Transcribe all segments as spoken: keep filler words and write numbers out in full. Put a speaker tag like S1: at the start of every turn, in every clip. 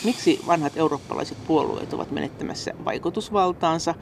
S1: Miksi vanhat eurooppalaiset puolueet ovat menettämässä vaikutusvaltaansa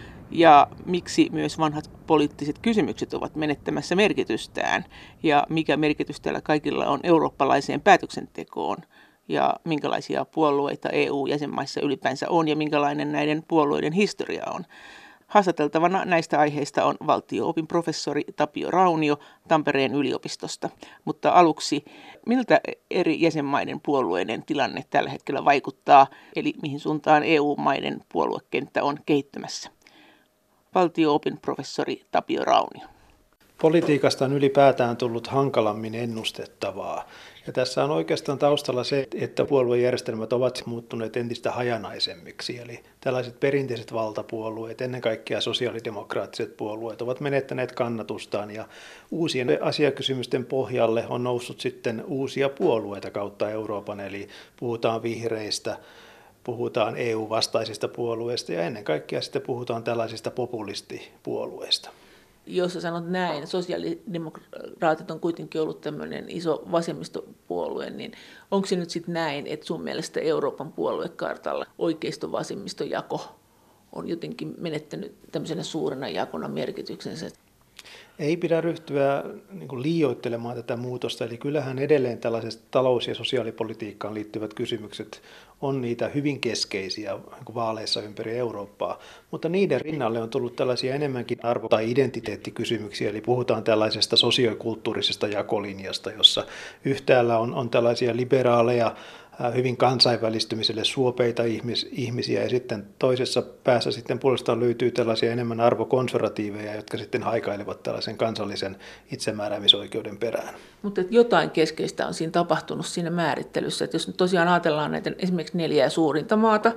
S1: ja miksi myös vanhat poliittiset kysymykset ovat menettämässä merkitystään ja mikä merkitys tällä kaikilla on eurooppalaiseen päätöksentekoon ja minkälaisia puolueita E U-jäsenmaissa ylipäänsä on ja minkälainen näiden puolueiden historia on. Haastateltavana näistä aiheista on valtio-opin professori Tapio Raunio Tampereen yliopistosta. Mutta aluksi, miltä eri jäsenmaiden puolueiden tilanne tällä hetkellä vaikuttaa, eli mihin suuntaan E U-maiden puoluekenttä on kehittymässä? Valtio-opin professori Tapio Raunio.
S2: Politiikasta on ylipäätään tullut hankalammin ennustettavaa. Ja tässä on oikeastaan taustalla se, että puoluejärjestelmät ovat muuttuneet entistä hajanaisemmiksi. Eli tällaiset perinteiset valtapuolueet, ennen kaikkea sosiaalidemokraattiset puolueet, ovat menettäneet kannatustaan. Ja uusien asiakysymysten pohjalle on noussut sitten uusia puolueita kautta Euroopan. Eli puhutaan vihreistä, puhutaan E U-vastaisista puolueista ja ennen kaikkea sitten puhutaan tällaisista populistipuolueista.
S1: Jos sä sanot näin, sosiaalidemokraatit on kuitenkin ollut tämmöinen iso vasemmistopuolue, niin onko se nyt sitten näin, että sun mielestä Euroopan puoluekartalla oikeisto-vasemmistojako on jotenkin menettänyt tämmöisenä suurena jakona merkityksensä?
S2: Ei pidä ryhtyä niin kuin liioittelemaan tätä muutosta, eli kyllähän edelleen tällaiset talous- ja sosiaalipolitiikkaan liittyvät kysymykset on niitä hyvin keskeisiä niin kuin vaaleissa ympäri Eurooppaa, mutta niiden rinnalle on tullut tällaisia enemmänkin arvo- tai identiteettikysymyksiä, eli puhutaan tällaisesta sosiokulttuurisesta jakolinjasta, jossa yhtäällä on, on tällaisia liberaaleja, hyvin kansainvälistymiselle suopeita ihmis, ihmisiä ja sitten toisessa päässä sitten puolestaan löytyy tällaisia enemmän arvokonservatiiveja, jotka sitten haikailevat tällaisen kansallisen itsemääräämisoikeuden perään.
S1: Mutta jotain keskeistä on siinä tapahtunut siinä määrittelyssä, että jos nyt tosiaan ajatellaan näitä esimerkiksi neljää suurinta maata,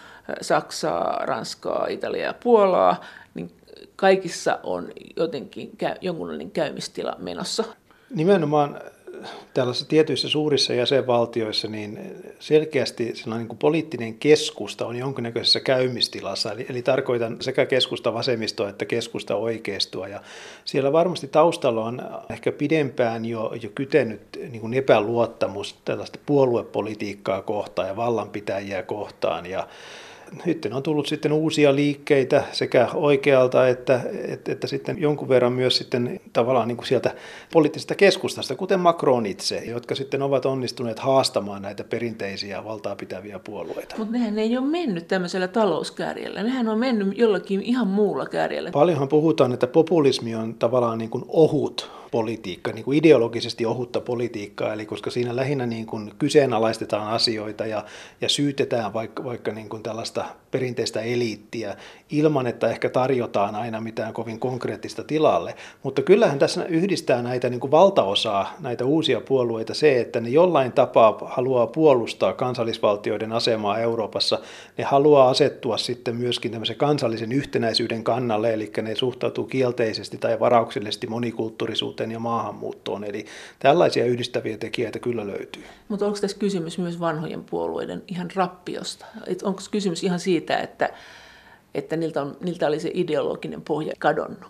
S1: Saksaa, Ranskaa, Italiaa ja Puolaa, niin kaikissa on jotenkin jonkunlainen käymistila menossa.
S2: Nimenomaan tällaisissa tietyissä suurissa jäsenvaltioissa niin selkeästi sellainen niin kuin poliittinen keskusta on jonkinnäköisessä käymistilassa, eli, eli tarkoitan sekä keskusta vasemmistoa että keskusta oikeistoa. Ja siellä varmasti taustalla on ehkä pidempään jo, jo kytenyt niin kuin epäluottamus tällaista puoluepolitiikkaa kohtaan ja vallanpitäjiä kohtaan. Ja nyt on tullut sitten uusia liikkeitä sekä oikealta että, että, että sitten jonkun verran myös sitten tavallaan niin kuin sieltä poliittisesta keskustasta, kuten Macron itse, jotka sitten ovat onnistuneet haastamaan näitä perinteisiä valtaa pitäviä puolueita.
S1: Mutta nehän ei ole mennyt tämmöisellä talouskärjellä, nehän on mennyt jollakin ihan muulla kärjellä.
S2: Paljonhan puhutaan, että populismi on tavallaan niin kuin ohut politiikka, niin kuin ideologisesti ohutta politiikkaa, eli koska siinä lähinnä niin kuin kyseenalaistetaan asioita ja, ja syytetään vaikka, vaikka niin kuin tällaista perinteistä eliittiä ilman, että ehkä tarjotaan aina mitään kovin konkreettista tilalle. Mutta kyllähän tässä yhdistää näitä niin kuin valtaosaa, näitä uusia puolueita se, että ne jollain tapaa haluaa puolustaa kansallisvaltioiden asemaa Euroopassa. Ne haluaa asettua sitten myöskin tämmöisen kansallisen yhtenäisyyden kannalle, eli ne suhtautuu kielteisesti tai varauksellisesti monikulttuurisuuteen ja maahanmuuttoon. Eli tällaisia yhdistäviä tekijöitä kyllä löytyy.
S1: Mutta onko tässä kysymys myös vanhojen puolueiden ihan rappiosta? Et onko kysymys ihan siitä, että, että niiltä, on, niiltä oli se ideologinen pohja kadonnut?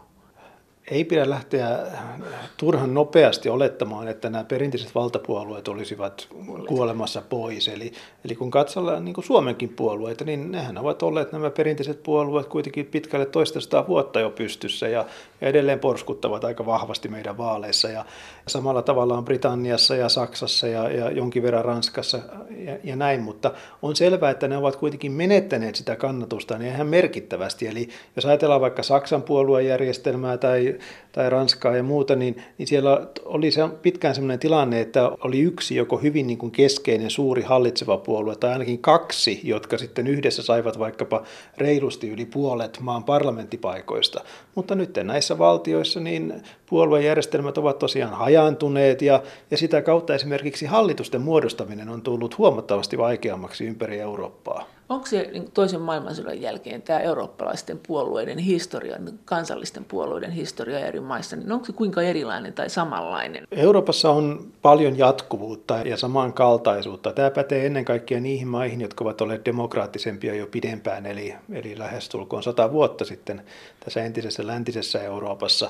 S2: Ei pidä lähteä turhan nopeasti olettamaan, että nämä perinteiset valtapuolueet olisivat kuolemassa pois. Eli, eli kun katsotaan niin kuin Suomenkin puolueita, niin nehän ovat olleet nämä perinteiset puolueet kuitenkin pitkälle toistasataa vuotta jo pystyssä ja, ja edelleen porskuttavat aika vahvasti meidän vaaleissa. Ja samalla tavalla on Britanniassa ja Saksassa ja, ja jonkin verran Ranskassa ja, ja näin, mutta on selvää, että ne ovat kuitenkin menettäneet sitä kannatusta niin ihan merkittävästi. Eli jos ajatellaan vaikka Saksan puoluejärjestelmää tai tai Ranskaa ja muuta, niin, niin siellä oli se pitkään sellainen tilanne, että oli yksi joko hyvin niin kuin keskeinen suuri hallitseva puolue tai ainakin kaksi, jotka sitten yhdessä saivat vaikkapa reilusti yli puolet maan parlamenttipaikoista. Mutta nyt näissä valtioissa niin puoluejärjestelmät ovat tosiaan hajaantuneet ja, ja sitä kautta esimerkiksi hallitusten muodostaminen on tullut huomattavasti vaikeammaksi ympäri Eurooppaa.
S1: Onko se toisen maailmansodan jälkeen tämä eurooppalaisten puolueiden historia, kansallisten puolueiden historia eri maissa, niin onko se kuinka erilainen tai samanlainen?
S2: Euroopassa on paljon jatkuvuutta ja samankaltaisuutta. Tämä pätee ennen kaikkea niihin maihin, jotka ovat olleet demokraattisempia jo pidempään, eli, eli lähestulkoon sata vuotta sitten tässä entisessä läntisessä Euroopassa.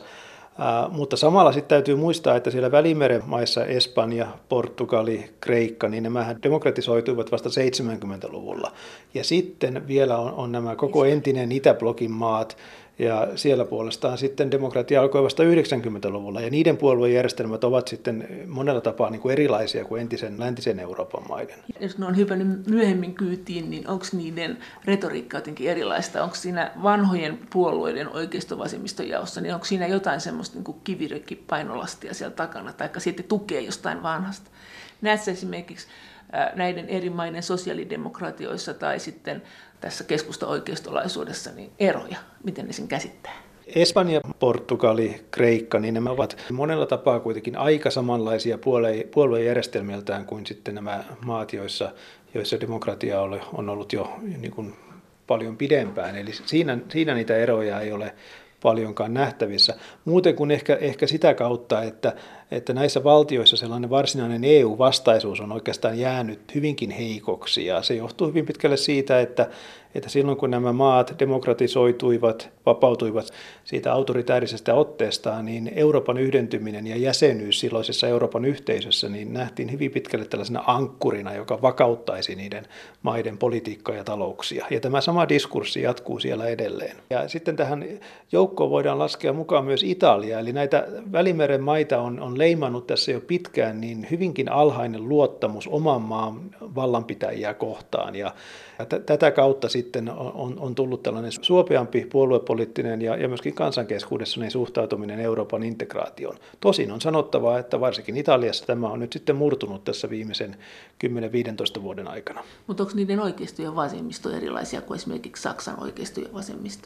S2: Uh, mutta samalla sitten täytyy muistaa, että siellä Välimeren maissa Espanja, Portugali, Kreikka, niin nämähän demokratisoituivat vasta seitsemänkymmentäluvulla. Ja sitten vielä on, on nämä koko entinen Itäblokin maat, ja siellä puolestaan sitten demokratia alkoi vasta yhdeksänkymmentäluvulla, ja niiden puoluejärjestelmät ovat sitten monella tapaa niin kuin erilaisia kuin entisen läntisen Euroopan maiden.
S3: Jos ne on hypännyt myöhemmin kyytiin, niin onko niiden retoriikka jotenkin erilaista? Onko siinä vanhojen puolueiden oikeisto-vasemmistojaossa, niin onko siinä jotain semmoista niin kuin kivirökkipainolastia siellä takana, tai sitten tukee jostain vanhasta? Näetkö esimerkiksi näiden eri maiden sosiaalidemokratioissa tai sitten tässä keskusta-oikeistolaisuudessa niin eroja, miten ne sen käsittää?
S2: Espanja, Portugali, Kreikka, niin nämä ovat monella tapaa kuitenkin aika samanlaisia puolue- puoluejärjestelmiltään kuin sitten nämä maat, joissa, joissa demokratia on ollut jo niin kuin paljon pidempään. Eli siinä, siinä niitä eroja ei ole paljonkaan nähtävissä. Muuten kuin ehkä, ehkä sitä kautta, että, että näissä valtioissa sellainen varsinainen E U-vastaisuus on oikeastaan jäänyt hyvinkin heikoksi. Ja se johtuu hyvin pitkälle siitä, että, että silloin kun nämä maat demokratisoituivat, vapautuivat siitä autoritäärisestä otteestaan, niin Euroopan yhdentyminen ja jäsenyys silloisessa Euroopan yhteisössä niin nähtiin hyvin pitkälle tällaisena ankkurina, joka vakauttaisi niiden maiden politiikkaa ja talouksia. Ja tämä sama diskurssi jatkuu siellä edelleen. Ja sitten tähän joukkoon voidaan laskea mukaan myös Italia, eli näitä Välimeren maita on, on leimannut tässä jo pitkään niin hyvinkin alhainen luottamus oman maan vallanpitäjiä kohtaan. Ja, ja t- tätä kautta sitten on, on tullut tällainen suopeampi puoluepoliittinen ja, ja myöskin kansankeskuudessa niin suhtautuminen Euroopan integraatioon. Tosin on sanottava, että varsinkin Italiassa tämä on nyt sitten murtunut tässä viimeisen kymmenen viisitoista vuoden aikana.
S3: Mutta onko niiden oikeisto ja vasemmisto erilaisia kuin esimerkiksi Saksan oikeisto ja vasemmisto?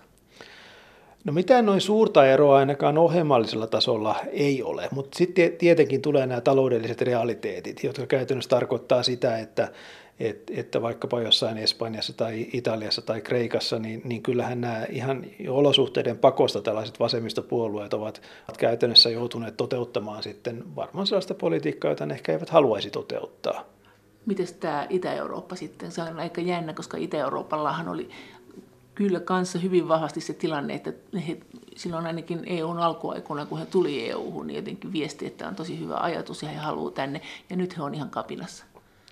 S2: No mitään noin suurta eroa ainakaan ohjelmallisella tasolla ei ole, mutta sitten tietenkin tulee nämä taloudelliset realiteetit, jotka käytännössä tarkoittaa sitä, että, että, että vaikkapa jossain Espanjassa tai Italiassa tai Kreikassa, niin, niin kyllähän nämä ihan olosuhteiden pakosta tällaiset vasemmistopuolueet ovat käytännössä joutuneet toteuttamaan sitten varmaan sellaista politiikkaa, jota ne ehkä eivät haluaisi toteuttaa.
S3: Miten tämä Itä-Eurooppa sitten? Se on aika jännä, koska Itä-Euroopallahan oli kyllä kanssa hyvin vahvasti se tilanne, että he, silloin ainakin E U:n alkuaikoina, kun he tuli E U:hun, niin jotenkin viesti, että on tosi hyvä ajatus ja he haluaa tänne, ja nyt he on ihan kapinassa.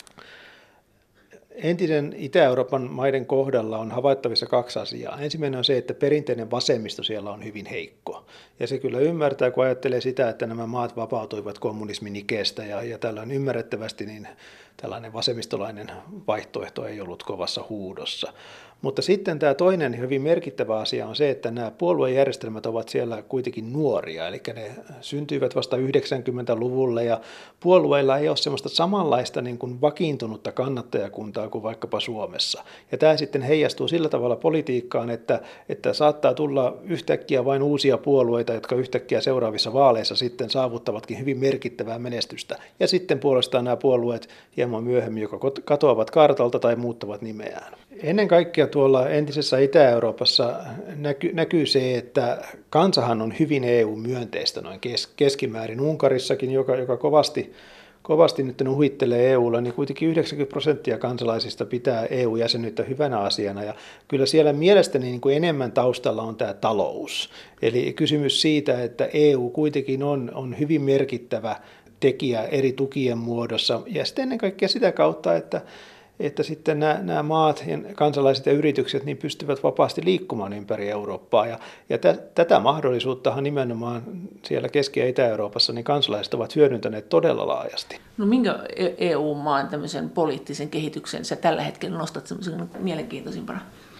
S2: Entisen Itä-Euroopan maiden kohdalla on havaittavissa kaksi asiaa. Ensimmäinen on se, että perinteinen vasemmisto siellä on hyvin heikko. Ja se kyllä ymmärtää, kun ajattelee sitä, että nämä maat vapautuivat kommunismin ikeestä ja, ja tällöin ymmärrettävästi niin tällainen vasemmistolainen vaihtoehto ei ollut kovassa huudossa. Mutta sitten tämä toinen hyvin merkittävä asia on se, että nämä puoluejärjestelmät ovat siellä kuitenkin nuoria, eli ne syntyivät vasta yhdeksänkymmentäluvulla ja puolueilla ei ole semmoista samanlaista niin kuin vakiintunutta kannattajakuntaa kuin vaikkapa Suomessa. Ja tämä sitten heijastuu sillä tavalla politiikkaan, että, että saattaa tulla yhtäkkiä vain uusia puolueita, jotka yhtäkkiä seuraavissa vaaleissa sitten saavuttavatkin hyvin merkittävää menestystä. Ja sitten puolestaan nämä puolueet hieman myöhemmin joko katoavat kartalta tai muuttavat nimeään. Ennen kaikkea tuolla entisessä Itä-Euroopassa näky, näkyy se, että kansahan on hyvin E U-myönteistä noin kes, keskimäärin. Unkarissakin, joka, joka kovasti, kovasti nyt uhittelee E U:lla, niin kuitenkin yhdeksänkymmentä prosenttia kansalaisista pitää E U-jäsenyyttä hyvänä asiana. Ja kyllä siellä mielestäni niin kuin enemmän taustalla on tämä talous. Eli kysymys siitä, että E U kuitenkin on, on hyvin merkittävä tekijä eri tukien muodossa. Ja sitten ennen kaikkea sitä kautta, että että sitten nämä, nämä maat, kansalaiset ja yritykset niin pystyvät vapaasti liikkumaan ympäri Eurooppaa. Ja, ja t- tätä mahdollisuuttahan nimenomaan siellä Keski- ja Itä-Euroopassa niin kansalaiset ovat hyödyntäneet todella laajasti.
S3: No minkä E U-maan tämmöisen poliittisen kehityksen sä tällä hetkellä nostat semmoisen mielenkiintoisimpana?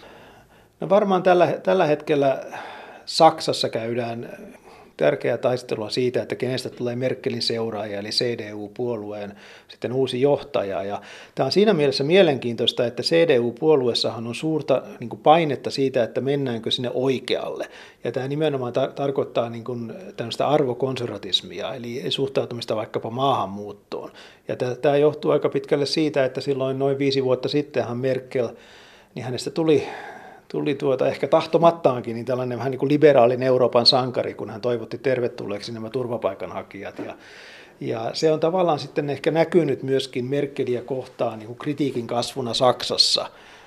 S2: No varmaan tällä, tällä hetkellä Saksassa käydään tärkeää taistelua siitä, että kenestä tulee Merkelin seuraaja, eli C D U-puolueen sitten uusi johtaja. Ja tämä on siinä mielessä mielenkiintoista, että C D U-puolueessahan on suurta niin kuin painetta siitä, että mennäänkö sinne oikealle. Ja tämä nimenomaan tar- tarkoittaa niin kuin tämmöistä arvokonservatismia, eli suhtautumista vaikkapa maahanmuuttoon. Ja tämä, tämä johtuu aika pitkälle siitä, että silloin noin viisi vuotta sittenhan Merkel, niin hänestä tuli tuli tuota ehkä tahtomattaankin niin tällainen vähän niin kuin liberaalin Euroopan sankari, kun hän toivotti tervetulleeksi nämä turvapaikanhakijat. Ja, ja se on tavallaan sitten ehkä näkynyt myöskin Merkeliä kohtaan niin kuin kritiikin kasvuna Saksassa.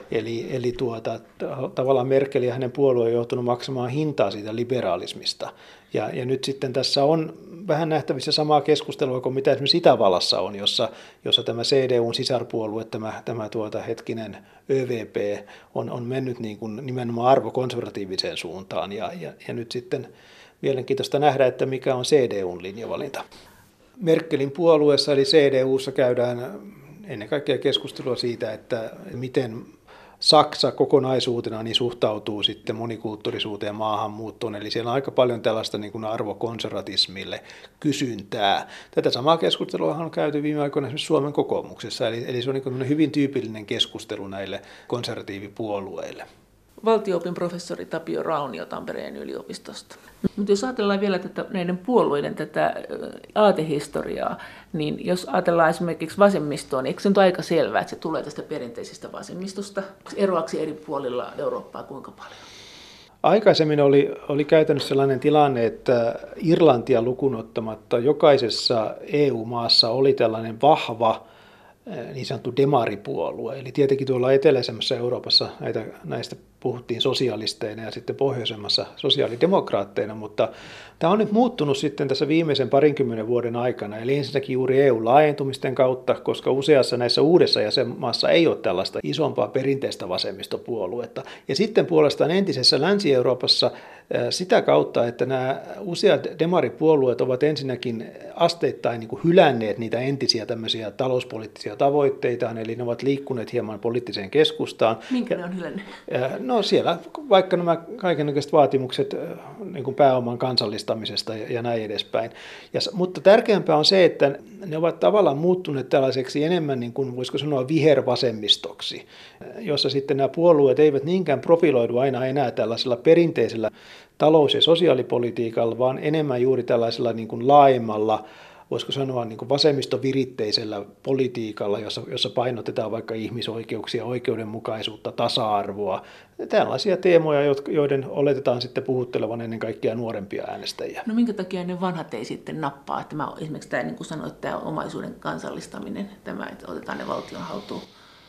S2: Eli, eli tuota, tavallaan Merkel ja hänen puolueen on joutunut maksamaan hintaa siitä liberaalismista. Ja, ja nyt sitten tässä on vähän nähtävissä samaa keskustelua kuin mitä esimerkiksi Itävallassa on, jossa, jossa tämä C D U:n sisarpuolue, tämä, tämä tuota hetkinen Ö V P, on, on mennyt niin kuin nimenomaan arvokonservatiiviseen suuntaan. Ja, ja, ja nyt sitten mielenkiintoista nähdä, että mikä on C D U:n linjavalinta. Merkelin puolueessa eli C D U:ssa käydään ennen kaikkea keskustelua siitä, että miten Saksa kokonaisuutena niin suhtautuu sitten monikulttuurisuuteen ja maahanmuuttoon, eli siellä on aika paljon tällaista niin kuin arvokonservatismille kysyntää. Tätä samaa keskustelua on käyty viime aikoina esimerkiksi Suomen kokoomuksessa, eli, eli se on niin kuin hyvin tyypillinen keskustelu näille konservatiivipuolueille.
S3: Valtio-opin professori Tapio Raunio Tampereen yliopistosta. Mutta jos ajatellaan vielä tätä, näiden puolueiden tätä aatehistoriaa, niin jos ajatellaan esimerkiksi vasemmistoa, niin eikö se nyt aika selvää, että se tulee tästä perinteisestä vasemmistosta? Eroaksi eri puolilla Eurooppaa kuinka paljon?
S2: Aikaisemmin oli, oli käytännössä sellainen tilanne, että Irlantia lukuun ottamatta jokaisessa E U-maassa oli tällainen vahva niin sanottu demaripuolue. Eli tietenkin tuolla eteläisemmässä Euroopassa näitä, näistä puhuttiin sosialisteina ja sitten pohjoisemmassa sosiaalidemokraatteina, mutta tämä on nyt muuttunut sitten tässä viimeisen parinkymmenen vuoden aikana, eli ensinnäkin juuri E U-laajentumisten kautta, koska useassa näissä uudessa jäsenmaassa ei ole tällaista isompaa perinteistä vasemmistopuoluetta. Ja sitten puolestaan entisessä Länsi-Euroopassa sitä kautta, että nämä useat demaripuolueet ovat ensinnäkin asteittain niin kuin hylänneet niitä entisiä tämmöisiä talouspoliittisia tavoitteitaan, eli ne ovat liikkuneet hieman poliittiseen keskustaan.
S3: Minkä ne on hylänneet?
S2: No siellä vaikka nämä kaikennäköiset vaatimukset niin kuin pääoman kansallistamisesta ja, ja näin edespäin. Ja, mutta tärkeämpää on se, että ne ovat tavallaan muuttuneet tällaiseksi enemmän, niin kuin voisiko sanoa, vihervasemmistoksi, jossa sitten nämä puolueet eivät niinkään profiloidu aina enää tällaisella perinteisellä talous- ja sosiaalipolitiikalla, vaan enemmän juuri tällaisella niin kuin laajemmalla, voisiko sanoa niin kuin vasemmistoviritteisellä politiikalla, jossa, jossa painotetaan vaikka ihmisoikeuksia, oikeudenmukaisuutta, tasa-arvoa. Tällaisia teemoja, joiden oletetaan sitten puhuttelevan ennen kaikkea nuorempia äänestäjiä.
S3: No minkä takia ne vanhat ei sitten nappaa? Tämä, esimerkiksi tämä, niin kuin sanoit, tämä omaisuuden kansallistaminen, tämä, että otetaan ne valtion haltuun.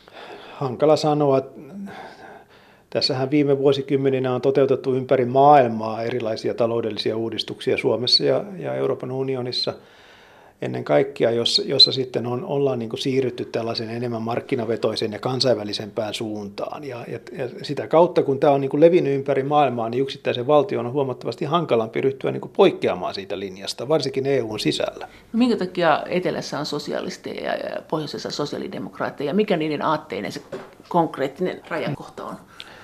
S2: Hankala sanoa. Tässähän viime vuosikymmeninä on toteutettu ympäri maailmaa erilaisia taloudellisia uudistuksia Suomessa ja, ja Euroopan unionissa ennen kaikkea, jossa, jossa sitten on, ollaan niin kuin siirrytty tällaisen enemmän markkinavetoisen ja kansainvälisempään suuntaan. Ja, ja, ja sitä kautta, kun tämä on niin kuin levinnyt ympäri maailmaa, niin yksittäisen valtion on huomattavasti hankalampi ryhtyä niin kuin poikkeamaan siitä linjasta, varsinkin E U:n sisällä.
S3: No minkä takia etelässä on sosialisteja ja pohjoisessa sosiaalidemokraatteja? Mikä niiden aatteinen se konkreettinen rajakohta on?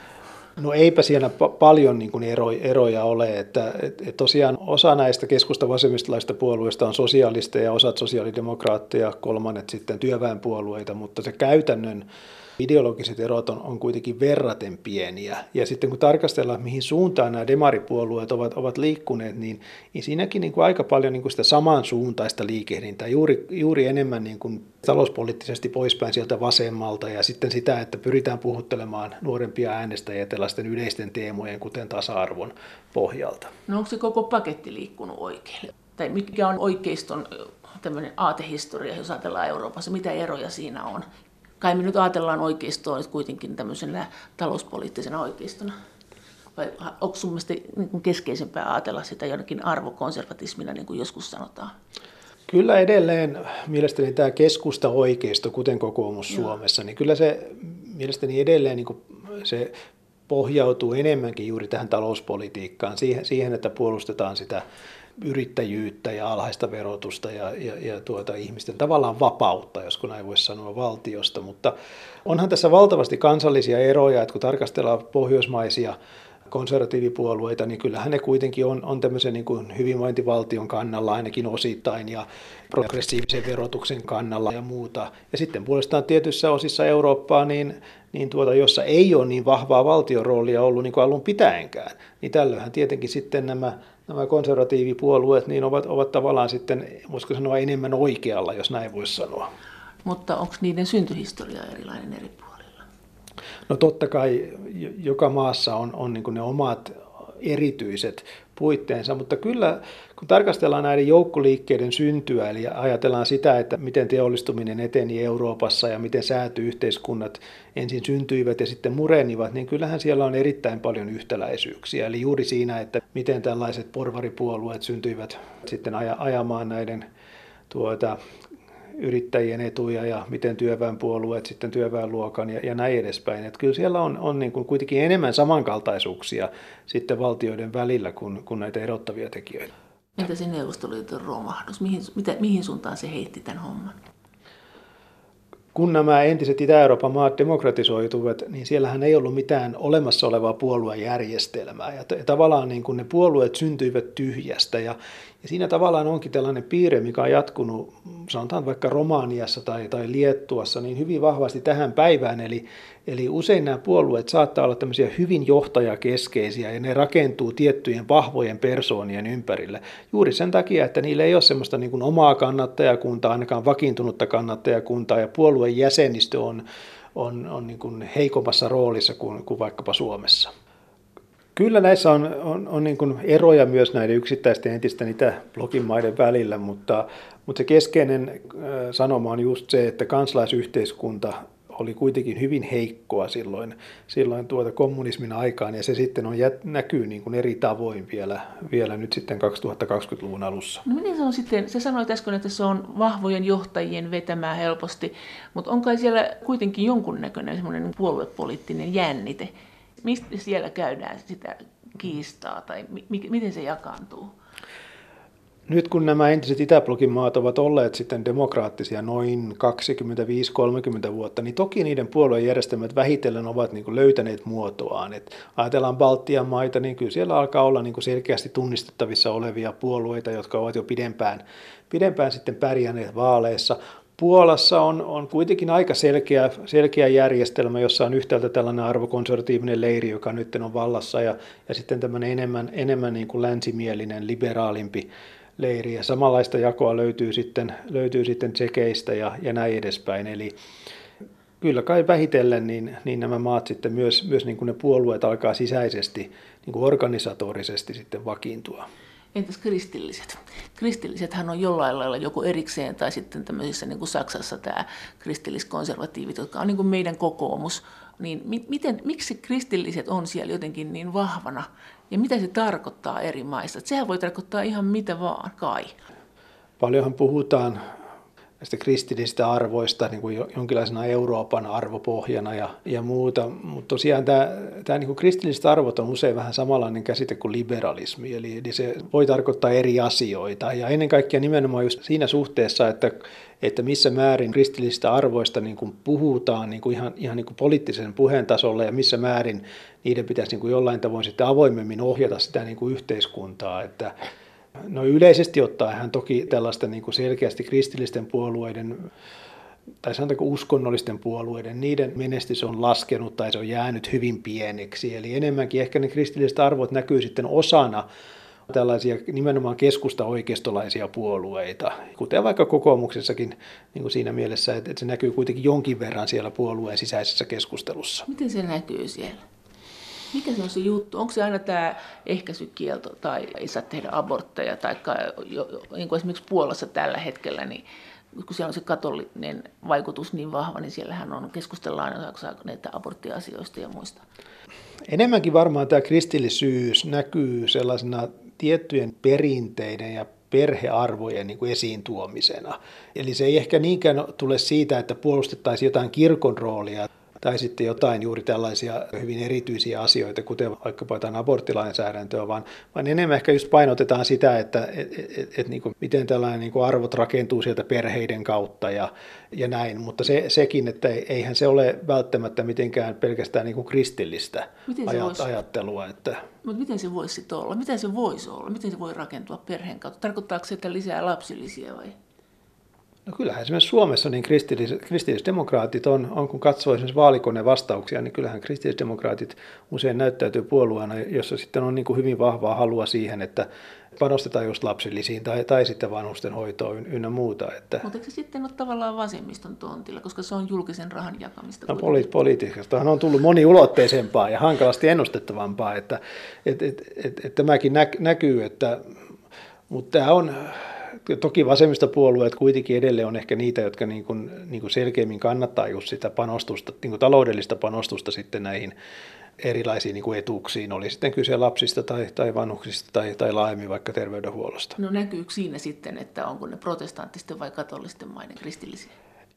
S2: No eipä siellä pa- paljon niin kuin ero, eroja ole, että et, et tosiaan osa näistä keskusta-vasemmistolaisista puolueista on sosialisteja, osat sosiaalidemokraatteja, kolmannet sitten työväenpuolueita, mutta se käytännön ideologiset erot on, on kuitenkin verraten pieniä. Ja sitten kun tarkastellaan, mihin suuntaan nämä demaripuolueet ovat, ovat liikkuneet, niin, niin siinäkin niin kuin aika paljon niin kuin sitä samansuuntaista liikehdintää, juuri, juuri enemmän niin kuin talouspoliittisesti poispäin sieltä vasemmalta ja sitten sitä, että pyritään puhuttelemaan nuorempia äänestäjiä tällaisten yleisten teemojen, kuten tasa-arvon pohjalta.
S3: No onko se koko paketti liikkunut oikein? Tai mikä on oikeiston tämmöinen aatehistoria, jos ajatellaan Euroopassa, mitä eroja siinä on? Kai me nyt ajatellaan oikeistoa nyt kuitenkin tämmöisenä talouspoliittisena oikeistona. Vai onko sun mielestä niin keskeisempää ajatella sitä jonnekin arvokonservatismina, niin kuin joskus sanotaan?
S2: Kyllä edelleen mielestäni tämä keskusta-oikeisto, kuten kokoomus Joo. Suomessa, niin kyllä se mielestäni edelleen niin kuin se pohjautuu enemmänkin juuri tähän talouspolitiikkaan, siihen, siihen että puolustetaan sitä yrittäjyyttä ja alhaista verotusta ja, ja, ja tuota, ihmisten tavallaan vapautta, josko näin voisi sanoa, valtiosta. Mutta onhan tässä valtavasti kansallisia eroja, että kun tarkastellaan pohjoismaisia konservatiivipuolueita, niin kyllähän ne kuitenkin on, on tämmöisen niin kuin hyvinvointivaltion kannalla ainakin osittain ja progressiivisen verotuksen kannalla ja muuta. Ja sitten puolestaan tietyissä osissa Eurooppaa, niin, niin tuota, jossa ei ole niin vahvaa valtion roolia ollut niin kuin alun pitäenkään, niin tällöinhän tietenkin sitten nämä Nämä konservatiivipuolueet niin ovat, ovat tavallaan sitten, voisiko sanoa, enemmän oikealla, jos näin voisi sanoa.
S3: Mutta onko niiden syntyhistoria erilainen eri puolilla?
S2: No totta kai joka maassa on, on niin kuin ne omat erityiset puitteensa, mutta kyllä kun tarkastellaan näiden joukkoliikkeiden syntyä, eli ajatellaan sitä, että miten teollistuminen eteni Euroopassa ja miten sääty-yhteiskunnat ensin syntyivät ja sitten murenivat, niin kyllähän siellä on erittäin paljon yhtäläisyyksiä. Eli juuri siinä, että miten tällaiset porvaripuolueet syntyivät sitten ajamaan näiden tuota, yrittäjien etuja ja miten työväenpuolueet sitten työväenluokan ja, ja näin edespäin. Että kyllä siellä on, on niin kuin kuitenkin enemmän samankaltaisuuksia sitten valtioiden välillä kuin, kuin näitä erottavia tekijöitä.
S3: Entä se Neuvostoliiton romahdus? Mihin, mitä, mihin suuntaan se heitti tämän homman?
S2: Kun nämä entiset Itä-Euroopan maat demokratisoituvat, niin siellähän ei ollut mitään olemassa olevaa puoluejärjestelmää. Ja t- tavallaan niin kuin ne puolueet syntyivät tyhjästä. Ja, ja siinä tavallaan onkin tällainen piirre, mikä on jatkunut, sanotaan vaikka Romaniassa tai, tai Liettuassa, niin hyvin vahvasti tähän päivään. Eli, eli usein nämä puolueet saattaa olla tämmöisiä hyvin johtajakeskeisiä ja ne rakentuu tiettyjen vahvojen persoonien ympärille. Juuri sen takia, että niillä ei ole semmoista niin kuin omaa kannattajakuntaa, ainakaan vakiintunutta kannattajakuntaa ja puolueen jäsenistö on, on, on niin kuin heikommassa roolissa kuin, kuin vaikkapa Suomessa. Kyllä näissä on, on, on niin kuin eroja myös näiden yksittäisten entisten Itäblokin maiden välillä, mutta, mutta se keskeinen sanoma on just se, että kansalaisyhteiskunta oli kuitenkin hyvin heikkoa silloin, silloin tuota kommunismin aikaan, ja se sitten on jät, näkyy niin kuin eri tavoin vielä, vielä nyt sitten kaksituhattakaksikymmentäluvun alussa.
S3: No miten se on sitten, sä sanoit äsken, että se on vahvojen johtajien vetämää helposti, mutta on kai siellä kuitenkin jonkunnäköinen semmoinen puoluepoliittinen jännite. Mistä siellä käydään sitä kiistaa tai mi- miten se jakaantuu?
S2: Nyt kun nämä entiset Itäblokin maat ovat olleet sitten demokraattisia noin kaksikymmentäviisi kolmekymmentä vuotta, niin toki niiden puoluejärjestelmät vähitellen ovat niin kuin löytäneet muotoaan. Et ajatellaan Baltian maita, niin kyllä siellä alkaa olla niin kuin selkeästi tunnistettavissa olevia puolueita, jotka ovat jo pidempään, pidempään sitten pärjänneet vaaleissa. Puolassa on, on kuitenkin aika selkeä, selkeä järjestelmä, jossa on yhtäältä tällainen arvokonservatiivinen leiri, joka nyt on vallassa, ja, ja sitten tämmöinen enemmän, enemmän niin kuin länsimielinen, liberaalimpi leiri. Ja samanlaista jakoa löytyy sitten, löytyy sitten tsekeistä ja, ja näin edespäin. Eli kyllä kai vähitellen niin, niin nämä maat sitten myös, myös niin kuin ne puolueet alkaa sisäisesti, niin kuin organisatorisesti sitten vakiintua.
S3: Entäs kristilliset? Kristillisethän on jollain lailla joko erikseen tai sitten tämmöisissä niin kuin Saksassa tämä kristilliskonservatiivit, jotka on niin kuin meidän kokoomus. Niin miten, miksi kristilliset on siellä jotenkin niin vahvana ja mitä se tarkoittaa eri maissa? Et sehän voi tarkoittaa ihan mitä vaan, kai.
S2: Paljonhan puhutaan näistä kristillisistä arvoista niin kuin jonkinlaisena Euroopan arvopohjana ja, ja muuta, mutta tosiaan tämä, tämä niin kuin kristilliset arvot on usein vähän samanlainen käsite kuin liberalismi, eli, eli se voi tarkoittaa eri asioita ja ennen kaikkea nimenomaan just siinä suhteessa, että, että missä määrin kristillisistä arvoista niin kuin puhutaan niin kuin ihan, ihan niin kuin poliittisen puheen tasolla ja missä määrin niiden pitäisi niin kuin jollain tavoin sitten avoimemmin ohjata sitä niin kuin yhteiskuntaa, että no yleisesti ottaen toki tällaista niin kuin selkeästi kristillisten puolueiden tai sanotaanko uskonnollisten puolueiden, niiden menestys on laskenut tai se on jäänyt hyvin pieneksi. Eli enemmänkin ehkä ne kristilliset arvot näkyy sitten osana tällaisia nimenomaan keskusta-oikeistolaisia puolueita, kuten vaikka kokoomuksessakin niin kuin siinä mielessä, että se näkyy kuitenkin jonkin verran siellä puolueen sisäisessä keskustelussa.
S3: Miten se näkyy siellä? Mikä se on se juttu? Onko se aina tämä ehkäisykielto tai ei saa tehdä abortteja, tai niin kuin esimerkiksi Puolassa tällä hetkellä, niin kun siellä on se katolinen vaikutus niin vahva, niin siellähän on, keskustellaan näitä aborttiasioista ja muista.
S2: Enemmänkin varmaan tämä kristillisyys näkyy sellaisena tiettyjen perinteiden ja perhearvojen niin kuin esiin tuomisena. Eli se ei ehkä niinkään tule siitä, että puolustettaisiin jotain kirkon roolia, tai sitten jotain juuri tällaisia hyvin erityisiä asioita, kuten vaikkapa jotain aborttilainsäädäntöä, vaan, vaan enemmän ehkä just painotetaan sitä, että et, et, et, et, niin kuin, miten tällainen niin kuin arvot rakentuu sieltä perheiden kautta ja, ja näin. Mutta se, sekin, että eihän se ole välttämättä mitenkään pelkästään niin kuin kristillistä ajat, ajattelua. Että...
S3: Mutta miten se voisi sitten olla? Miten se voisi olla? Miten se voi rakentua perheen kautta? Tarkoittaako se, että lisää lapsillisia vai?
S2: No kyllähän esimerkiksi Suomessa niin kristillis, kristillisdemokraatit on, on, kun katsoo esimerkiksi vaalikoneen vastauksia, niin kyllähän kristillisdemokraatit usein näyttäytyy puolueena, jossa sitten on niin kuin hyvin vahvaa halua siihen, että panostetaan just lapsillisiin tai, tai sitten vanhusten hoitoon ynnä muuta. Että
S3: mutta eikö se sitten ole tavallaan vasemmiston tontilla, koska se on julkisen rahan jakamista?
S2: No poli- politiikastahan on tullut moniulotteisempaa ja hankalasti ennustettavampaa, että et, et, et, et tämäkin nä- näkyy, että, mutta tämä on toki vasemmistopuolueet kuitenkin edelleen on ehkä niitä, jotka niin kuin, niin kuin selkeämmin kannattaa just sitä panostusta, niin kuin taloudellista panostusta sitten näihin erilaisiin niin kuin etuuksiin, oli sitten kyse lapsista tai, tai vanhuksista tai, tai laajemmin vaikka terveydenhuollosta.
S3: No näkyykö siinä sitten, että onko ne protestanttisten vai katolisten maiden kristillisiä?